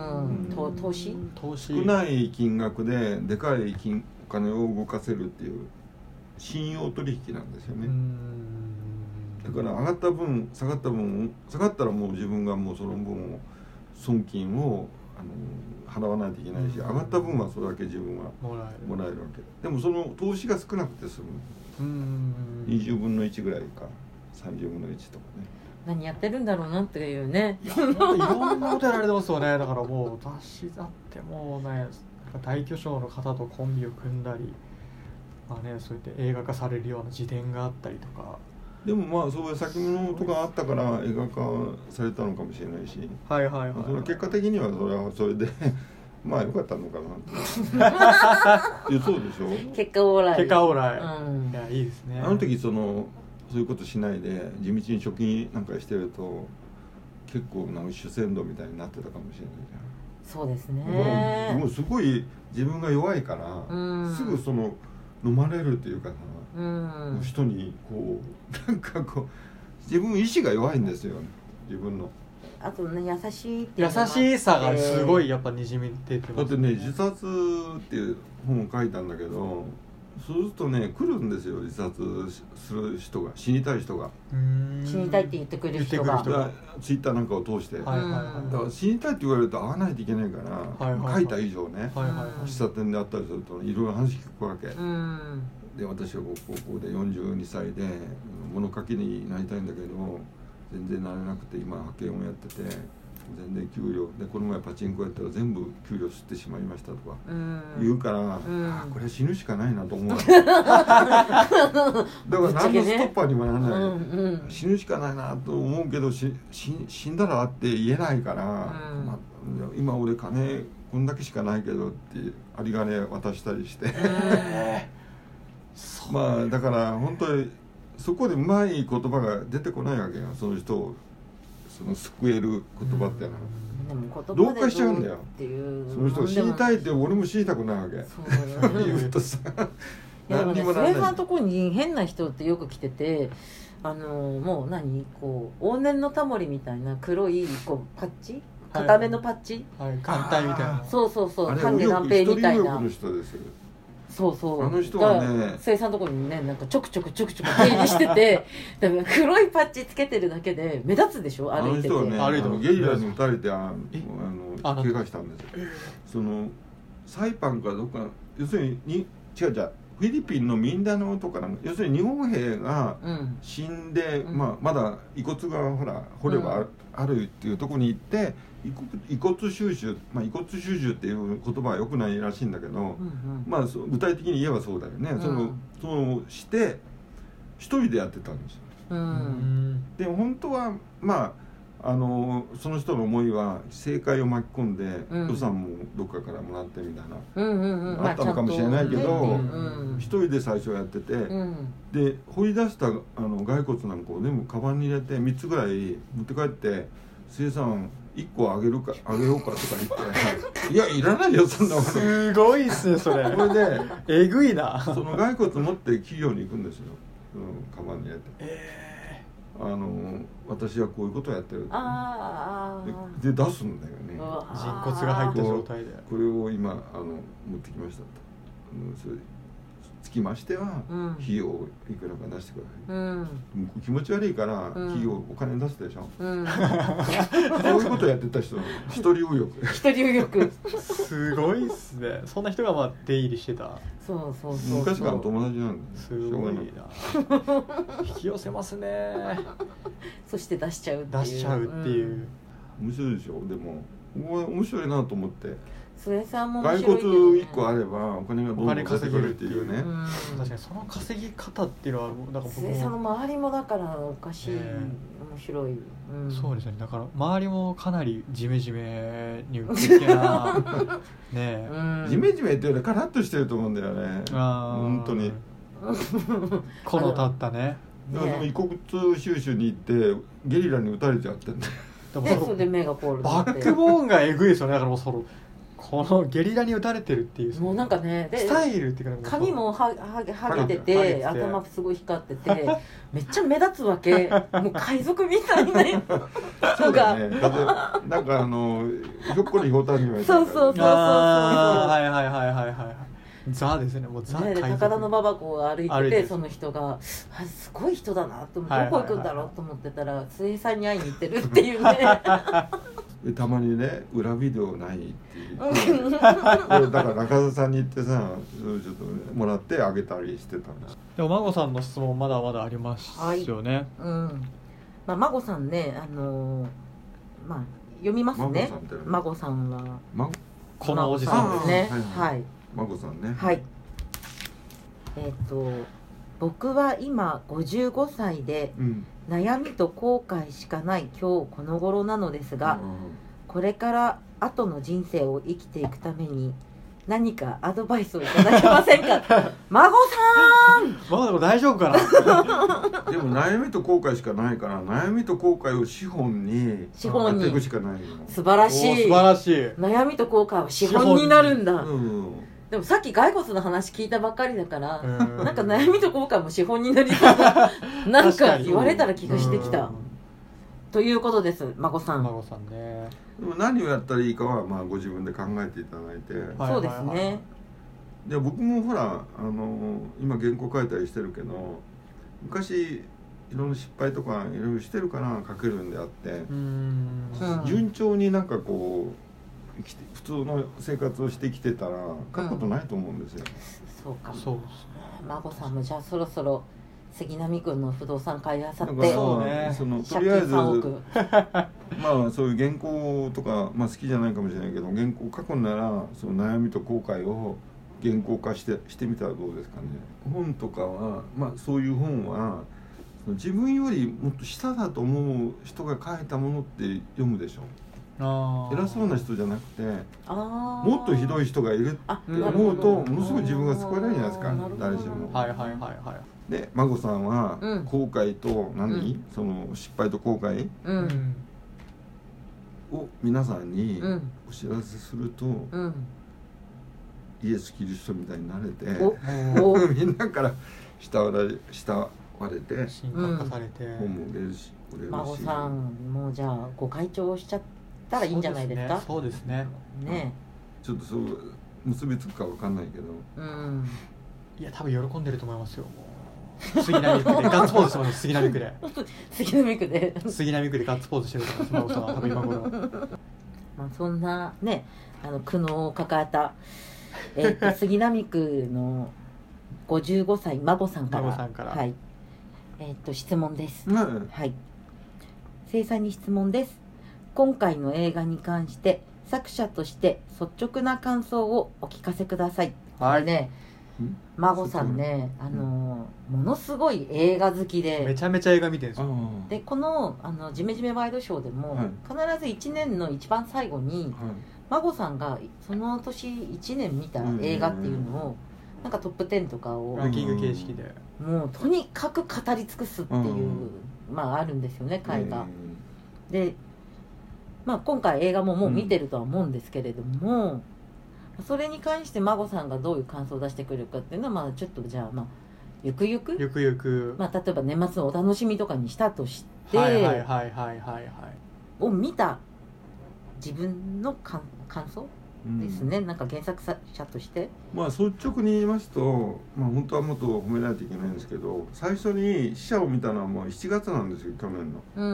うん、投資投資少ない金額ででかい金お金を動かせるっていう信用取引なんですよね。だから上がった分下がった分下がったらもう自分がもうその分を損金をあの払わないといけないし、上がった分はそれだけ自分はもらえる、もらえるわけでもその投資が少なくて済む。にじゅうぶんのいちぐらいかさんじゅうぶんのいちとかね。 何やってるんだろうなっていうね。 いろんなことやられてますよね。だからもう私だってもうね、大巨匠の方とコンビを組んだり、まあね、そういった映画化されるような自伝があったりとか。 でもまあそういう先物とかあったから映画化されたのかもしれないし、 はいはいはい、はい、 その結果的にはそれはそれでまあ良かったのかないやそうでしょ。 結果オーライ。 結果オーライ、 うん、 いやいいですね。 あの時そのそういうことしないで地道に貯金なんかしてると結構なんか主戦度みたいになってたかもしれないじゃん。 そうですね。 もうすごい自分が弱いから、うん、すぐその飲まれるっていうかさ、うん、人にこうなんかこう自分意志が弱いんですよ自分の。 あとね、優しいっていう優しさがすごいやっぱにじみ出てます、ね、 だってね、自殺っていう本を書いたんだけど、そうするとね来るんですよ、自殺する人が、死にたい人が、 うーん死にたいって言ってくる人が、 ツイッターなんかを通して、はいはいはい、だから死にたいって言われると会わないといけないから、はいはいはい、書いた以上ね、はいはいはい、喫茶店であったりするといろいろ話聞くわけ、うんで私は高校でよんじゅうにさいで物書きになりたいんだけど全然なれなくて、今派遣をやってて全然給料で、この前パチンコやったら全部給料吸ってしまいましたとか言うから、うん、あこれ死ぬしかないなと思うわけだから何のストッパーにもならない、うんうん、死ぬしかないなと思うけどしし死んだらって言えないから、うんまあ、今俺金こんだけしかないけどって有り金渡したりして、えーまあだから本当にそこでうまい言葉が出てこないわけよ、その人をその救える言葉ってのは、うん、同化しちゃうんだよ。その人が死にたいって俺も死にたくないわけ。そう言うとさいやでもね、末さんのところに変な人ってよく来てて、あのもう何こう往年のタモリみたいな黒いこうパッチ固めのパッチ、 はいはい、艦隊みたいな、 そうそうそう、丹下南平みたいな、 の人ですよ。 そうそう、 あの人はね、 生産のところにね、なんかちょくちょくちょくちょく出入りしててだから黒いパッチつけてるだけで目立つでしょ、歩いてて。 あの人はね、あのゲリラに撃たれてああの怪我したんですよ。そのサイパンかどっか、要するにに違う違うフィリピンのミンダナオとかなんか、要するに日本兵が死んで、うんまあ、まだ遺骨がほら掘ればある、うん、あるっていうところに行って遺骨収集、まあ、遺骨収集っていう言葉は良くないらしいんだけど、うんうん、まあ具体的に言えばそうだよね、うん、そのそのして一人でやってたんですよ、うん、で本当はまああのその人の思いは政界を巻き込んで、うん、予算もどっかからもらってみたいな、うんうんうん、あったのかもしれないけど、まあうん、一人で最初やってて、うん、で掘り出したあの骸骨なんかを全部カバンに入れてみっつぐらい持って帰って「生産いっこあげるかあげようか」とか言って「いやいらないよそんなもの」 すごいっすねそれ。 それでえぐいな。 その骸骨持って企業に行くんですよ、うん、カバンに入れて。えーあの私はこういうことをやってるあで, で出すんだよね、 人骨が入った状態でこれを今あの持ってきましたと。 それつきましては、 うん、 費用をいくらか出してください、うん、気持ち悪いから、うん、費用お金出してでしょ、うん、そういうことやってた人一人右翼一人右翼すごいっすね。そんな人がまあ出入りしてた。 そうそうそう、 昔からの友達なんだ。 すごいな引き寄せますねそして出しちゃうっていう出しちゃうっていう、 うん、面白いでしょ。でも面白いなと思って。 それさんも面白いけど、ね、骸骨いっこあればお金がどんどん出てくるっていうね、うん、 確かにその稼ぎ方っていうのはなんか僕もそれさんの周りもだからおかしい、ね、面白い、 うん、そうですね。だから周りもかなりジメジメに受けなね、 うん、ジメジメっていうよりカラッとしてると思うんだよね。あ本当にこの立ったね。 でも遺骨収集に行ってゲリラに撃たれちゃってんだよ。 でそれで目が凍るバックボーンがえぐいですよね。だからもうそのこのゲリラに打たれてるっていうもうなんかねでスタイルっていうか髪もはははげてて頭すごい光っててめっちゃ目立つわけもう海賊みたいなそうだね。なんかあのひょっこりひょうたんにはそうそうそうそうそうはいはいはいはいはいザですね。もうザね、で高田馬場湖を歩いててその人があすごい人だなと思って、はいはいはい、どこ行くんだろうと思ってたら末さんに会いに行ってるっていうねでたまにね裏ビデオないっていうだから中田さんに行ってさちょっと、ね、もらってあげたりしてたんです。 でも孫さんの質問まだまだありますよね、 はい、うんまあ、孫さんねあのー、まあ読みますね。孫さんはこのおじさんですね。 はい、はい孫さんね。 はい。えっと僕は今ごじゅうごさいで、うん、悩みと後悔しかない今日この頃なのですが、うん、これから後の人生を生きていくために何かアドバイスをいただけませんか孫さん孫さん大丈夫かなでも悩みと後悔しかないから悩みと後悔を資本に資本にやっていくしかないの。 素晴らしい。 素晴らしい。 悩みと後悔は資本になるんだ。うん、でもさっき骸骨の話聞いたばっかりだからなんか悩みと後悔も資本になりそうななんか言われたら気がしてきたということです。孫さん孫さんね。 でも何をやったらいいかはまあご自分で考えていただいて、 はい、そうですね。 で僕もほらあの今原稿書いたりしてるけど昔いろんな失敗とかいろいろしてるから書けるんであってうん順調になんかこう生きて普通の生活をしてきてたら書くことないと思うんですよ、 うん、そうかも。そう孫さんもじゃあそろそろ杉並区の不動産買いあさってそうねそのとりあえずまあそういう原稿とか、まあ、好きじゃないかもしれないけど原稿書くんならその悩みと後悔を原稿化してしてみたらどうですかね。本とかは、まあ、そういう本は自分よりもっと下だと思う人が書いたものって読むでしょ。あ偉そうな人じゃなくてあもっとひどい人がいるって思うとものすごい自分が救われるじゃないですか誰しも。 はいはいはいはいで孫さんは後悔と何、うん、その失敗と後悔、うん、を皆さんにお知らせすると、うん、イエス・キリストみたいになれてみんなから慕われ慕われて神格化されて、 本も売れるし売れるし孫さんもうじゃあご会長しちゃったらいいんじゃないですか。 そうですね。 ねちょっとそう結びつくかわかんないけど、うん、 いや多分喜んでると思いますよ。杉並区でガッツポーズしてます。杉並区で杉並区で杉並区でガッツポーズしてると思います。孫さんは多分今頃まあそんなねあの苦悩を抱えた、えー、と杉並区のごじゅうごさい孫さんから孫さんからはいえー、と質問です、 うん、 はい生さんに質問です。今回の映画に関して作者として率直な感想をお聞かせください。はいね孫さんね、あのー、ものすごい映画好きでめちゃめちゃ映画見てるんですよ。 でこのあのジメジメワイドショーでも、はい、必ずいちねんの一番最後に、はい、孫さんがその年いちねん見た映画っていうのを、うん、なんかトップじゅうとかをランキング形式でもうとにかく語り尽くすっていう、うん、まああるんですよね回が、うん、で、まあ、今回映画ももう見てるとは思うんですけれども、うんそれに関して孫さんがどういう感想を出してくるかっていうのはまあちょっとじゃあまあゆくゆくゆくゆくまあ例えば年末のお楽しみとかにしたとしてはいはいはいはいはいはいを見た自分の感想ですね、うん、なんか原作者としてまあ率直に言いますと、まあ、本当はもっと褒めないといけないんですけど、最初に死者を見たのはもうしちがつなんですよ、去年の、うん、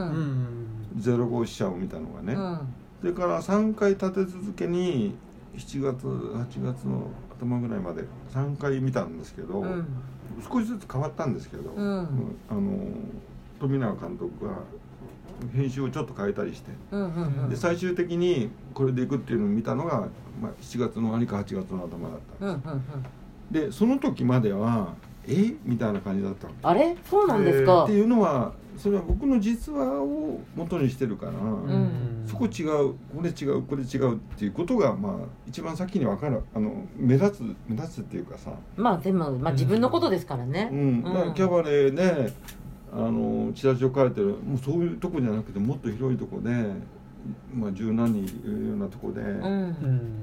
ゼロご死者を見たのがね、うん、それからさんかい立て続けにしちがつはちがつの頭ぐらいまでさんかい見たんですけど、うん、少しずつ変わったんですけど、うん、あの富永監督が編集をちょっと変えたりして、うんうんうん、で最終的にこれでいくっていうのを見たのが、まあ、しちがつの終わりかはちがつの頭だったんです、うんうんうん、でその時まではえみたいな感じだったの。 あれそうなんですか、 えー、っていうのはそれは僕の実話を元にしてるから、うん、そこ違うこれ違うこれ違うっていうことが、まあ、一番先に分かる、あの目立つ目立つっていうかさ、 まあでも、まあ、自分のことですからね、 うんうん、だからキャバレーであのチラシを書いてる、もうそういうとこじゃなくてもっと広いとこで、まあ、十何人いるようなとこで、うん、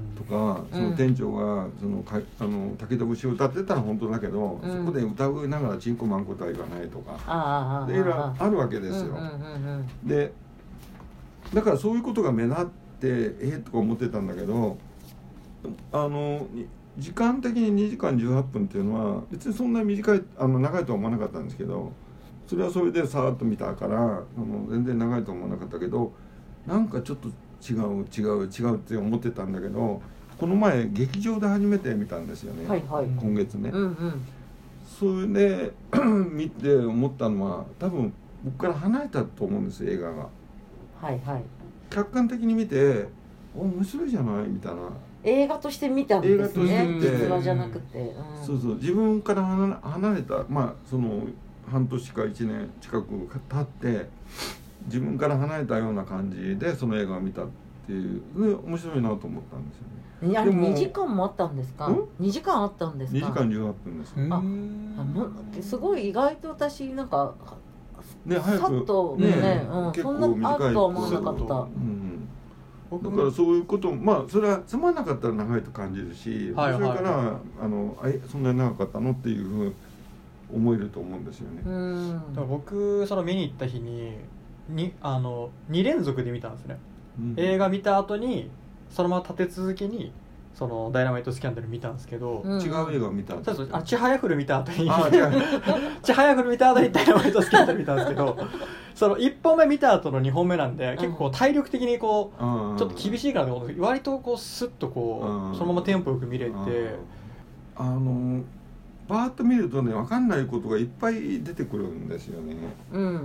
とかその店長がそのかあの竹田節を歌ってたら本当だけど、うん、そこで歌いながらチンコマンコとは言わないとか、でいろいろあるわけですよ、うんうんうんうん、でだからそういうことが目立ってええとか思ってたんだけど、あの時間的ににじかんじゅうはっぷんっていうのは別にそんな短いあの長いとは思わなかったんですけど、それはそれでさーっと見たからあの全然長いと思わなかったけど、なんかちょっと違う違う違うって思ってたんだけど、この前劇場で初めて見たんですよね、はいはい、今月ね、うんうん、それで見て思ったのは多分僕から離れたと思うんですよ、映画が。はいはい、客観的に見て面白いじゃないみたいな、 映画として見たんですね、 映画として見て実話じゃなくて、うん、 そうそう自分から離れた、まあその半年かいちねん近く経って自分から離れたような感じでその映画を見たっていう面白いなと思ったんですよね。 あれにじかんもあったんですか？にじかんあったんですか？ にじかんじゅうはっぷんです。 あ、あすごい意外と私なんかね早くさっとね、ね、うん、結構短い、そんなあるとは思わなかった。 うん、だからそういうことまあそれはつまんなかったら長いと感じるし、はいはいはい、それからあのあそんなに長かったのっていうふう思えると思うんですよね。 うんだから僕その見に行った日ににあのに連続で見たんですね、うん、映画見た後にそのまま立て続けにそのダイナマイトスキャンダル見たんですけど、 うん、違う映画を見たんですそうそう、ちはやふる見た後にちはやふる見た後にダイナマイトスキャンダル見たんですけどそのいっぽんめ見た後のにほんめなんで結構体力的にこう、うん、ちょっと厳しいかなと思うんですけど、割とこうスッとこう、うん、そのままテンポよく見れて、 あのバーッと見るとね分かんないことがいっぱい出てくるんですよね、うんうん、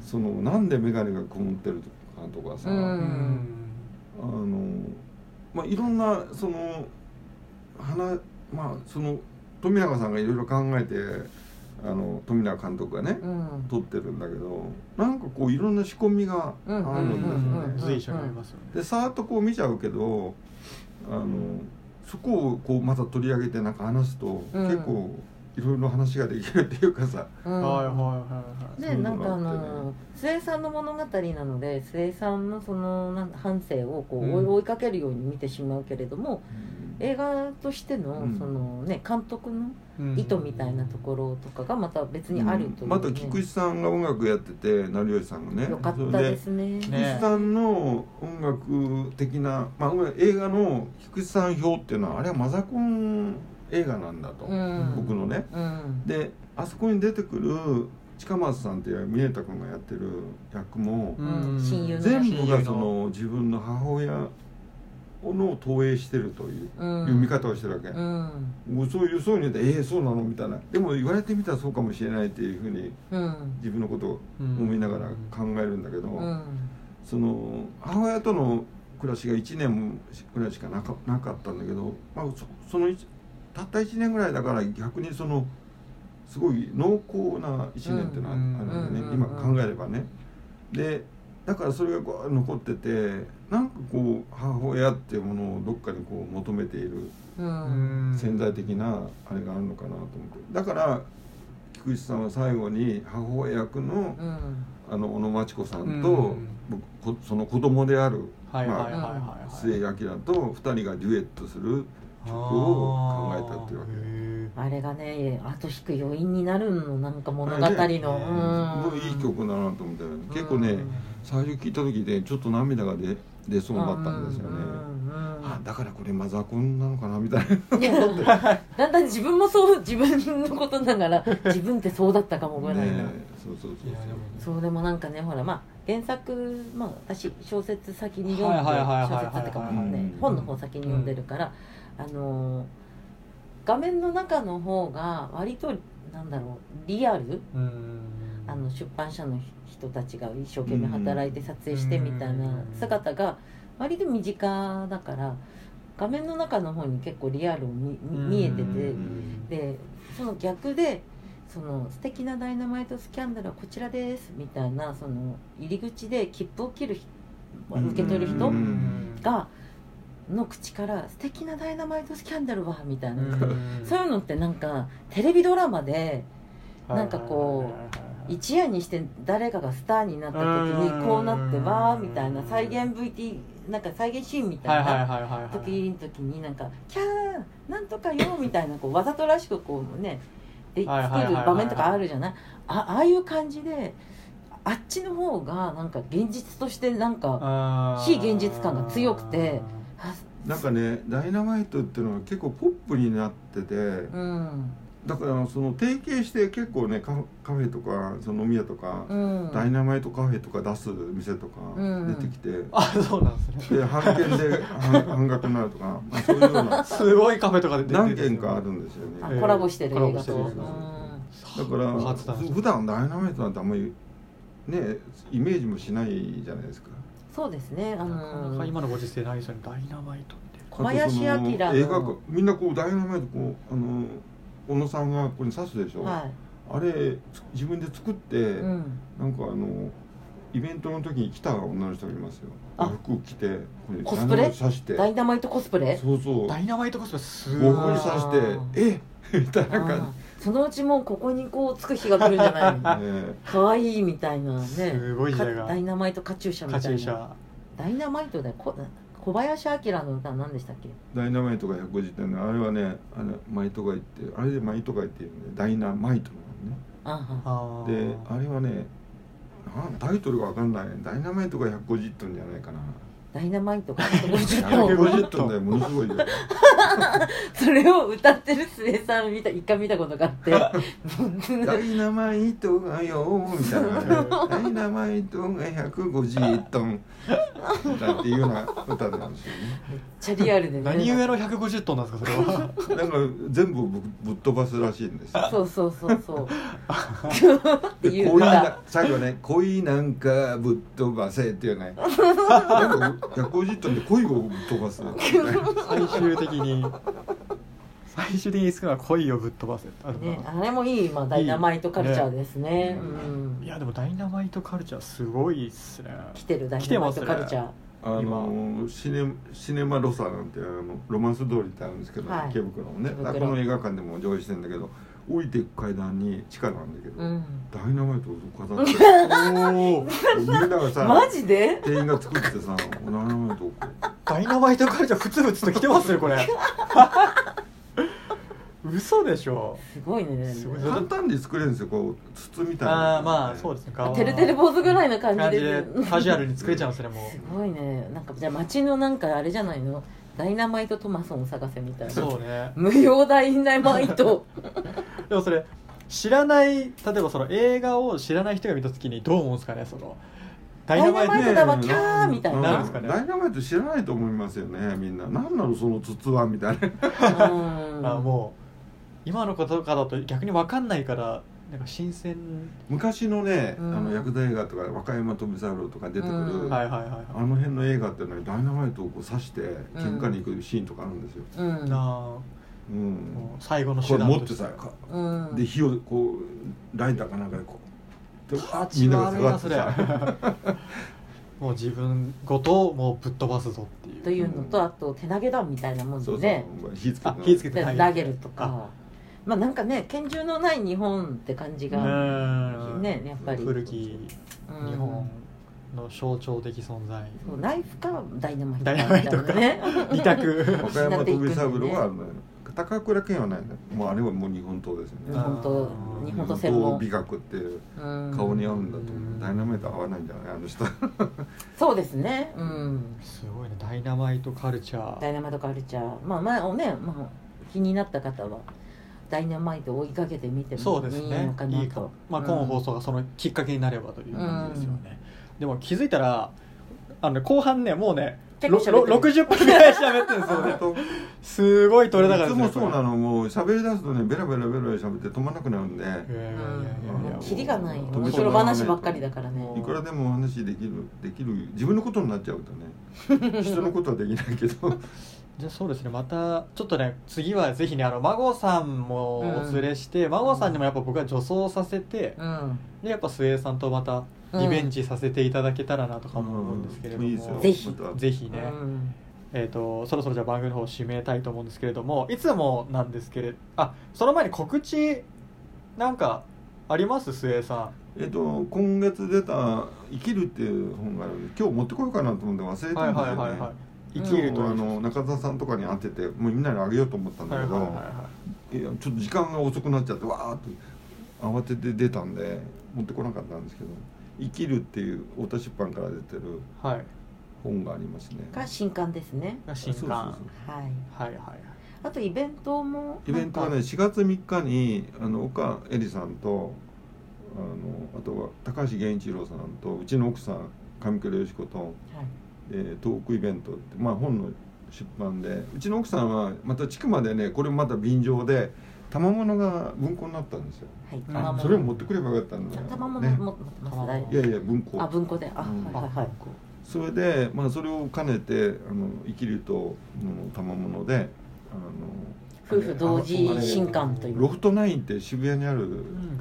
そのなんで眼鏡が曇ってるとかとかさ、うん、あのまあいろんなその花まあその富永さんがいろいろ考えてあの富永監督がね、うん、撮ってるんだけどなんかこういろんな仕込みがあるんですよね。随所にありますよね。でさーっとこう見ちゃうけどあのそこをこうまた取り上げてなんか話すと、うん、結構いろいろ話ができるっていうかさ、うん、はいはいはいはい。でなんかあの末井さんの物語なので末井さんのそのなん半生をこう、うん、追いかけるように見てしまうけれども、うん、映画としてのそのね監督の意図みたいなところとかがまた別にあるという、ねうん、また菊池さんが音楽やってて成吉さんがねよかったですね。 菊池さんの音楽的な、まあ、映画の菊池さん表っていうのはあれはマザコン映画なんだと、うん、僕のね、うん、であそこに出てくる近松さんっていう峰田君がやってる役も、うん、全部がその自分の母親の投影してるという、うん、いう見方をしてるわけ、うん、もうそういうそういうのでええー、そうなのみたいな、でも言われてみたらそうかもしれないっていうふうに、うん、自分のことを思いながら考えるんだけど、うん、その母親との暮らしがいちねんぐらいしかな か, なかったんだけど、まあ、そ, そのたったいちねんぐらいだから逆にそのすごい濃厚ないちねんってのはあるんだよね、今考えればね。でだからそれがこう残っててなんかこう母親っていうものをどっかにこう求めている潜在的なあれがあるのかなと思って、だから菊池さんは最後に母親役の、うん、あの小野真知子さんと、うん、その子供である末井明とふたりがデュエットする曲を考えたっていうわけ。 あれがね後引く余韻になるのなんか物語の、ね、 うん、いい曲だなと思って、うん、結構ね最初聴いた時でちょっと涙が出出そうだったんですよね。 あだからこれマザコンなのかなみたいなだんだん自分もそう自分のことながら自分ってそうだったかもぐらいな、ね、 そうそうそうそうそうでもなんかねほらまあ原作、まあ、私小説先に読んで小説ってかもね本の方先に読んでるから、うん、あの画面の中の方が割となんだろうリアル、うん、あの出版社の人たちが一生懸命働いて撮影してみたいな姿が割と身近だから画面の中の方に結構リアルを 見, 見えててでその逆でその素敵なダイナマイトスキャンダルはこちらですみたいなその入り口で切符を切る受け取る人がの口から素敵なダイナマイトスキャンダルはみたいなそういうのってなんかテレビドラマでなんかこう一夜にして誰かがスターになった時にこうなってわーみたいな再現 ブイティー なんか再現シーンみたいな時の時になんかキャーなんとかよみたいなこうわざとらしくこうねで作る場面とかあるじゃない あ, ああいう感じであっちの方がなんか現実としてなんか非現実感が強くてなんかねダイナマイトっていうのは結構ポップになってて、うん、だからその提携して結構ね カ, カフェとかその飲み屋とか、うん、ダイナマイトカフェとか出す店とか出てきて、うん、 あそうなんですねで半券で 半, 半額になるとか、まあ、そういうようなすごいカフェとかで出て何軒かあるんですよね、 えー、コラボしてる映画と、 うん、だから普段ダイナマイトなんてあんまりねイメージもしないじゃないですか。 そうですね、あのー、 なかなか今のご時世ないですよねダイナマイトって小林明の映画みんなこうダイナマイトこうあの小野さんがここに刺すでしょ、はい、あれ自分で作って、うん、なんかあのイベントの時に来た女の人がいますよ。服着てこれコスプレ刺してダイナマイトコスプレそうそうダイナマイトコスプレすごいここに刺してえみたいな感じそのうちもうここにこうつく日が来るんじゃないのかわいいみたいなねすごい時代がダイナマイトカチューシャみたいなダイナマイトでこ小林明の歌は何でしたっけ。 ダイナマイトがひゃくごじゅってんのあれはねあれマイトが言ってあれでマイトが言ってるんでダイナマイトなのね。であれはねタイトルが分かんないダイナマイトがひゃくごじゅっトンじゃないかな。 ダイナマイトがひゃくごじゅっトンひゃくごじゅっトンだよものすごいよそれを歌ってる末さん見た一回見たことがあってダイナマイトがよみたいなダイナマイトがひゃくごじゅっトンだっていうような歌なんですよね。 めっちゃリアルでね何故のひゃくごじゅっトンなんですかそれはなんか全部ぶっ飛ばすらしいんですよ。 そうそうそうそうっていう歌最後ね恋なんかぶっ飛ばせっていうねなんかひゃくごじゅっトンで恋をぶっ飛ばす最終的に最終的に少ない恋をぶっ飛ばせ あ,、 ね、あれもいい、まあ、ダイナマイトカルチャーですね、ねうん、いやでもダイナマイトカルチャーすごいっすね。 来てるダイナマイトカルチャー、ね、 あのシネ、シネマロサなんてあのロマンス通りってあるんですけど、はい、池袋のねこの映画館でも上映してるんだけど降りていく階段に地下なんだけど、うん、ダイナマイトを飾っておみんながさマジで店員が作ってさダイナマイトをダイナマイトカルチャーふつふつと来てますねこれ嘘でしょ。 すごいね。 すごい簡単に作れるんですよこう筒みたいな。 あまあそうですね。 てるてる坊主ぐらいの感じでカジュアルに作れちゃうんですねもう。 すごいね。なんかじゃあ街のなんかあれじゃないのダイナマイトトマソンを探せみたいな。 そうね。 無料ダイナマイトでもそれ知らない例えばその映画を知らない人が見た時にどう思うんですかねそのダイナマイトだわキャーみたいな。 ダイナマイト知らないと思いますよねみんな。何なのその筒はみたいな。 うんあもう今のことかだと逆に分かんないからなんか新鮮。 昔のね、うん、あのヤクザ映画とか若山富三郎とか出てくる、うんはいはいはいはい、あの辺の映画っていうのにダイナマイトをこう刺して喧嘩に行くシーンとかあるんですよ、うんうんあうん、最後の手段これ持ってさ、うん、で火をこうライターかなんかでこうでみんなが下がってさもう自分ごともうぶっ飛ばすぞっていうというのと、あと手投げ弾みたいなもんで、ね、 そうそう火つけて火つけて投げるとかまあなんかね拳銃のない日本って感じがねやっぱり古き日本の象徴的存在、 うん、ナイフかダイナマイトかダイナマイトかね二択若山富三郎は高倉健はないんだ。もうあれはもう日本刀ですよね。 日本刀日本刀専門美学っていう顔に合うんだと思う。ダイナマイト合わないんじゃないあの人。 そうですね。うん。 すごいね、ダイナマイトカルチャー。 ダイナマイトカルチャー。まあ前をね、まあ気になった方はダイナマイトを追いかけてみてもいいのかなと。いいか。 まあ今放送がそのきっかけになればという感じですよね。うん、でも気づいたらあの、ね、後半ねもうね。ろくじゅっぷんぐらい喋ってるんですよね。すごい取れ高ですね。 いつもそうなの。もう喋り出すとねベラベラベラ喋って止まらなくなるんで。 キリがない面白話ばっかりだからね。 いくらでもお話できるできる自分のことになっちゃうとね人のことはできないけど。 じゃあそうですね、またちょっとね次はぜひねあの孫さんもお連れして、うん、孫さんにもやっぱ僕は女装させて、うん、でやっぱ末さんとまたリベンジさせていただけたらなとかも思うんですけれども、 うん、ぜひぜひね、うん、えーとそろそろじゃあ番組の方を締めたいと思うんですけれども、いつもなんですけれどあその前に告知なんかあります末さん？ えっと今月出た「生きる」っていう本があるんで今日持ってこようかなと思って忘れてたんですよね。はいはいはいはい、生きるとあの中澤さんとかに会っててもうみんなにあげようと思ったんだけど、はいはいはいはい、いやちょっと時間が遅くなっちゃってわーっと慌てて出たんで持ってこなかったんですけど「生きる」っていう太田出版から出てる本がありますね。 が新刊ですね。 が新刊。はいはいはい。あとイベントもイベントはねしがつみっかにあの岡恵里さんとあのあとは高橋源一郎さんとうちの奥さん上倉佳子と、はいえー、トークイベントって、まあ、本の出版でうちの奥さんはまた地区までねこれまた便乗で賜物が文庫になったんですよ。はい、それを持ってくればよかったんだよ。 賜物持ってますね。 いやいや文庫。 あ文庫であ、うん、はいはいはい。 それでまあそれを兼ねてあの生きるとの賜物であの夫婦同時新刊というロフトナインって渋谷にある、うん、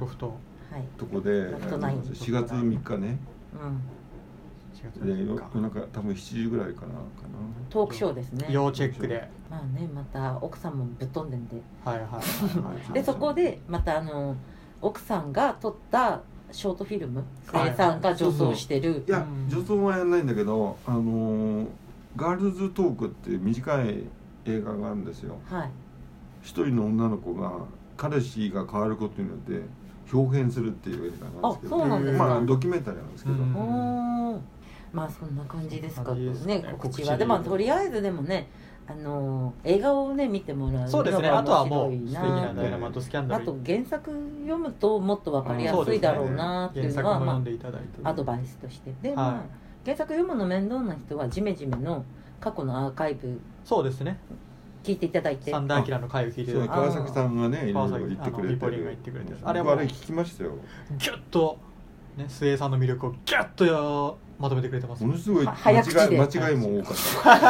ロフトとこでしがつみっかね。うんで夜中多分しちじぐらいかなかなトークショーですね。 要チェックでまあねまた奥さんもぶっ飛んでんではいはいはいでそこでまたあの奥さんが撮ったショートフィルム生さんが女装してる、 いや女装はやらないんだけどあのガールズトークっていう短い映画があるんですよ。はい一人の女の子が彼氏が変わることによって表現するっていう映画なんですけど、 あそうなんですか。 まあドキュメンタリーなんですけど、 うんまあそんな感じですかね告知は。でもとりあえずでもねあの映画をね見てもらうのが面白いな。 そうですね。あとはもう素敵なダイナマイトスキャンダル。 あと原作読むともっと分かりやすいだろうなっていうのは、まあアドバイスとしてで、まあ原作読むの面倒な人はジメジメの過去のアーカイブそうですね聞いていただいて、 サンダーキラの回を聞いていただいて、 川崎さんがねいろいろ言ってくれてる。あれはあれ聞きましたよ。 ギュッとね末さんの魅力をギュッとやまとめてくれてます。 ものすごい間違い間違いも多か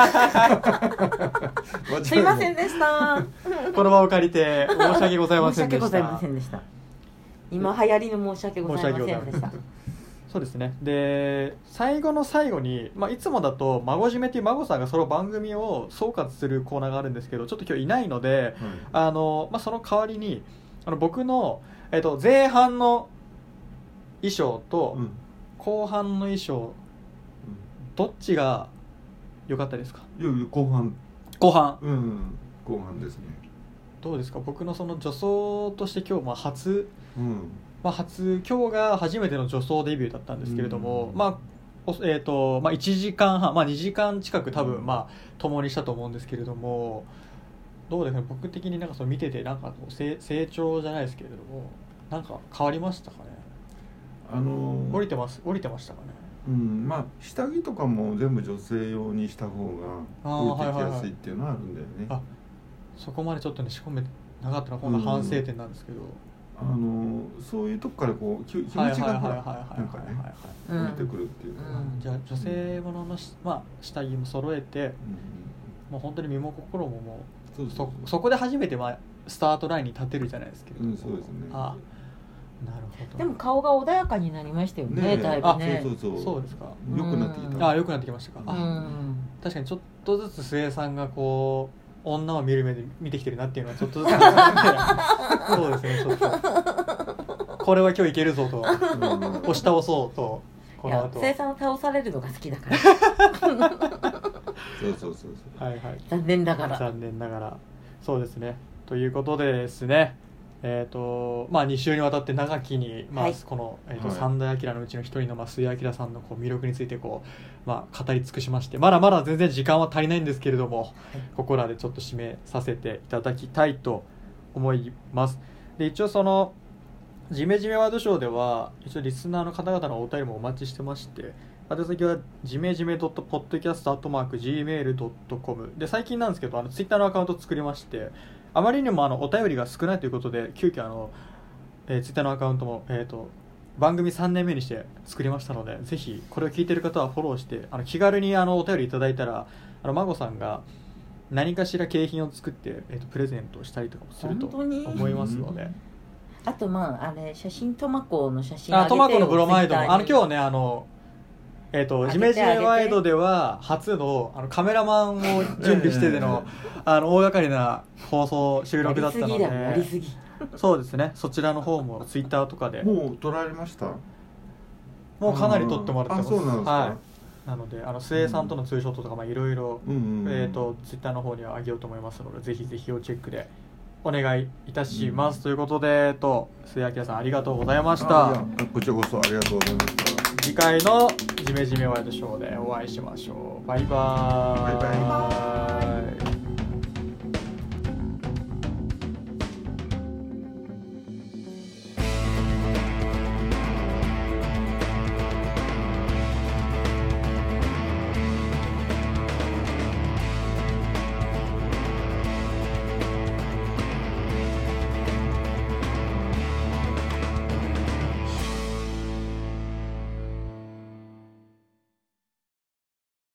ったすいませんでしたこの場を借りて申し訳ございませんでした。申し訳ございませんでした。今流行りの申し訳ございませんでした。 そうですね。で最後の最後に、まあ、いつもだと孫締めっていう孫さんがその番組を総括するコーナーがあるんですけどちょっと今日いないので、うんあのまあ、その代わりにあの僕の、えっと、前半の衣装と、うん後半の衣装、うん、どっちが良かったですか？ いやいや後半後半うん、うん、後半ですね。 どうですか？僕のその女装として今日まあ初、 うんまあ、初今日が初めての女装デビューだったんですけれども、うんまあえーとまあ、いちじかんはん、まあ、にじかん近く多分、まあ、共にしたと思うんですけれどもどうですか？僕的になんかその見ててなんかこう成長じゃないですけれどもなんか変わりましたかね？ あのー、 降りてます降りてましたかね。 うんまあ下着とかも全部女性用にした方が降りてきやすいっていうのはあるんだよね。 あ、そこまでちょっとね仕込めなかったのは今度反省点なんですけど、 うん、あのー、そういうとこからこう気持ちがなんかね降りてくるっていうか、 うん、じゃあ女性ものの、まあ、下着も揃えて、うん、もう本当に身も心ももう、そうそうそう そ, そこで初めて、まあ、スタートラインに立てるじゃないですけど、 うん、そうですね。 あなるほど。 でも顔が穏やかになりましたよ ね, ねだいぶね。 そうそうそう。 そうですか。 良くなってきた。 あ、良くなってきましたか。あ、うん、確かにちょっとずつ末さんがこう女を見る目で見てきてるなっていうのはちょっとずつそうですね。ちょっとこれは今日いけるぞと押し倒そうと。 この後。末さんを倒されるのが好きだから。 そうそうそうそう。 はいはい。 残念ながら。 残念ながら。そうですね。 ということでですね、えーとまあ、に週にわたって長きに、まあはいこの、えーとはい三大明のうちの一人の、まあ、末井明さんのこう魅力についてこう、まあ、語り尽くしまして、まだまだ全然時間は足りないんですけれども、ここらでちょっと締めさせていただきたいと思います。で一応そのジメジメワードショーでは一応リスナーの方々のお便りもお待ちしてまして、宛先はジメジメ ドットポッドキャストアットマークジーメールドットコム で、最近なんですけどあのツイッターのアカウント作りまして、あまりにもあのお便りが少ないということで急遽あの、えー、ツイッターのアカウントも、えー、と番組さんねんめにして作りましたので、ぜひこれを聞いている方はフォローしてあの気軽にあのお便りいただいたら、あの孫さんが何かしら景品を作って、えー、とプレゼントしたりとかもすると本当に思いますので、 あとまああれ写真トマコの写真あトマコのブロマイドもあの今日日ねあのえー、とあジげてあげてメジメワイドでは初のあのカメラマンを準備してでのあの大掛かりな放送収録だったので、 やりすぎそうですね、そちらの方もツイッターとかでもう撮られました？ もうかなり撮ってもらってます。 あ、そうなんですか。 はい、なのであの末井さんとのツーショットとかまあいろいろうんうんうんえーとツイッターの方には上げようと思いますので、ぜひぜひ要チェックでお願いいたします、うん、ということで、えっと末井明さんありがとうございました。 あ、いやこちらこそありがとうございました。 次回のジメジメワイドショーでお会いしましょう。バイバーイ。 バイバイ。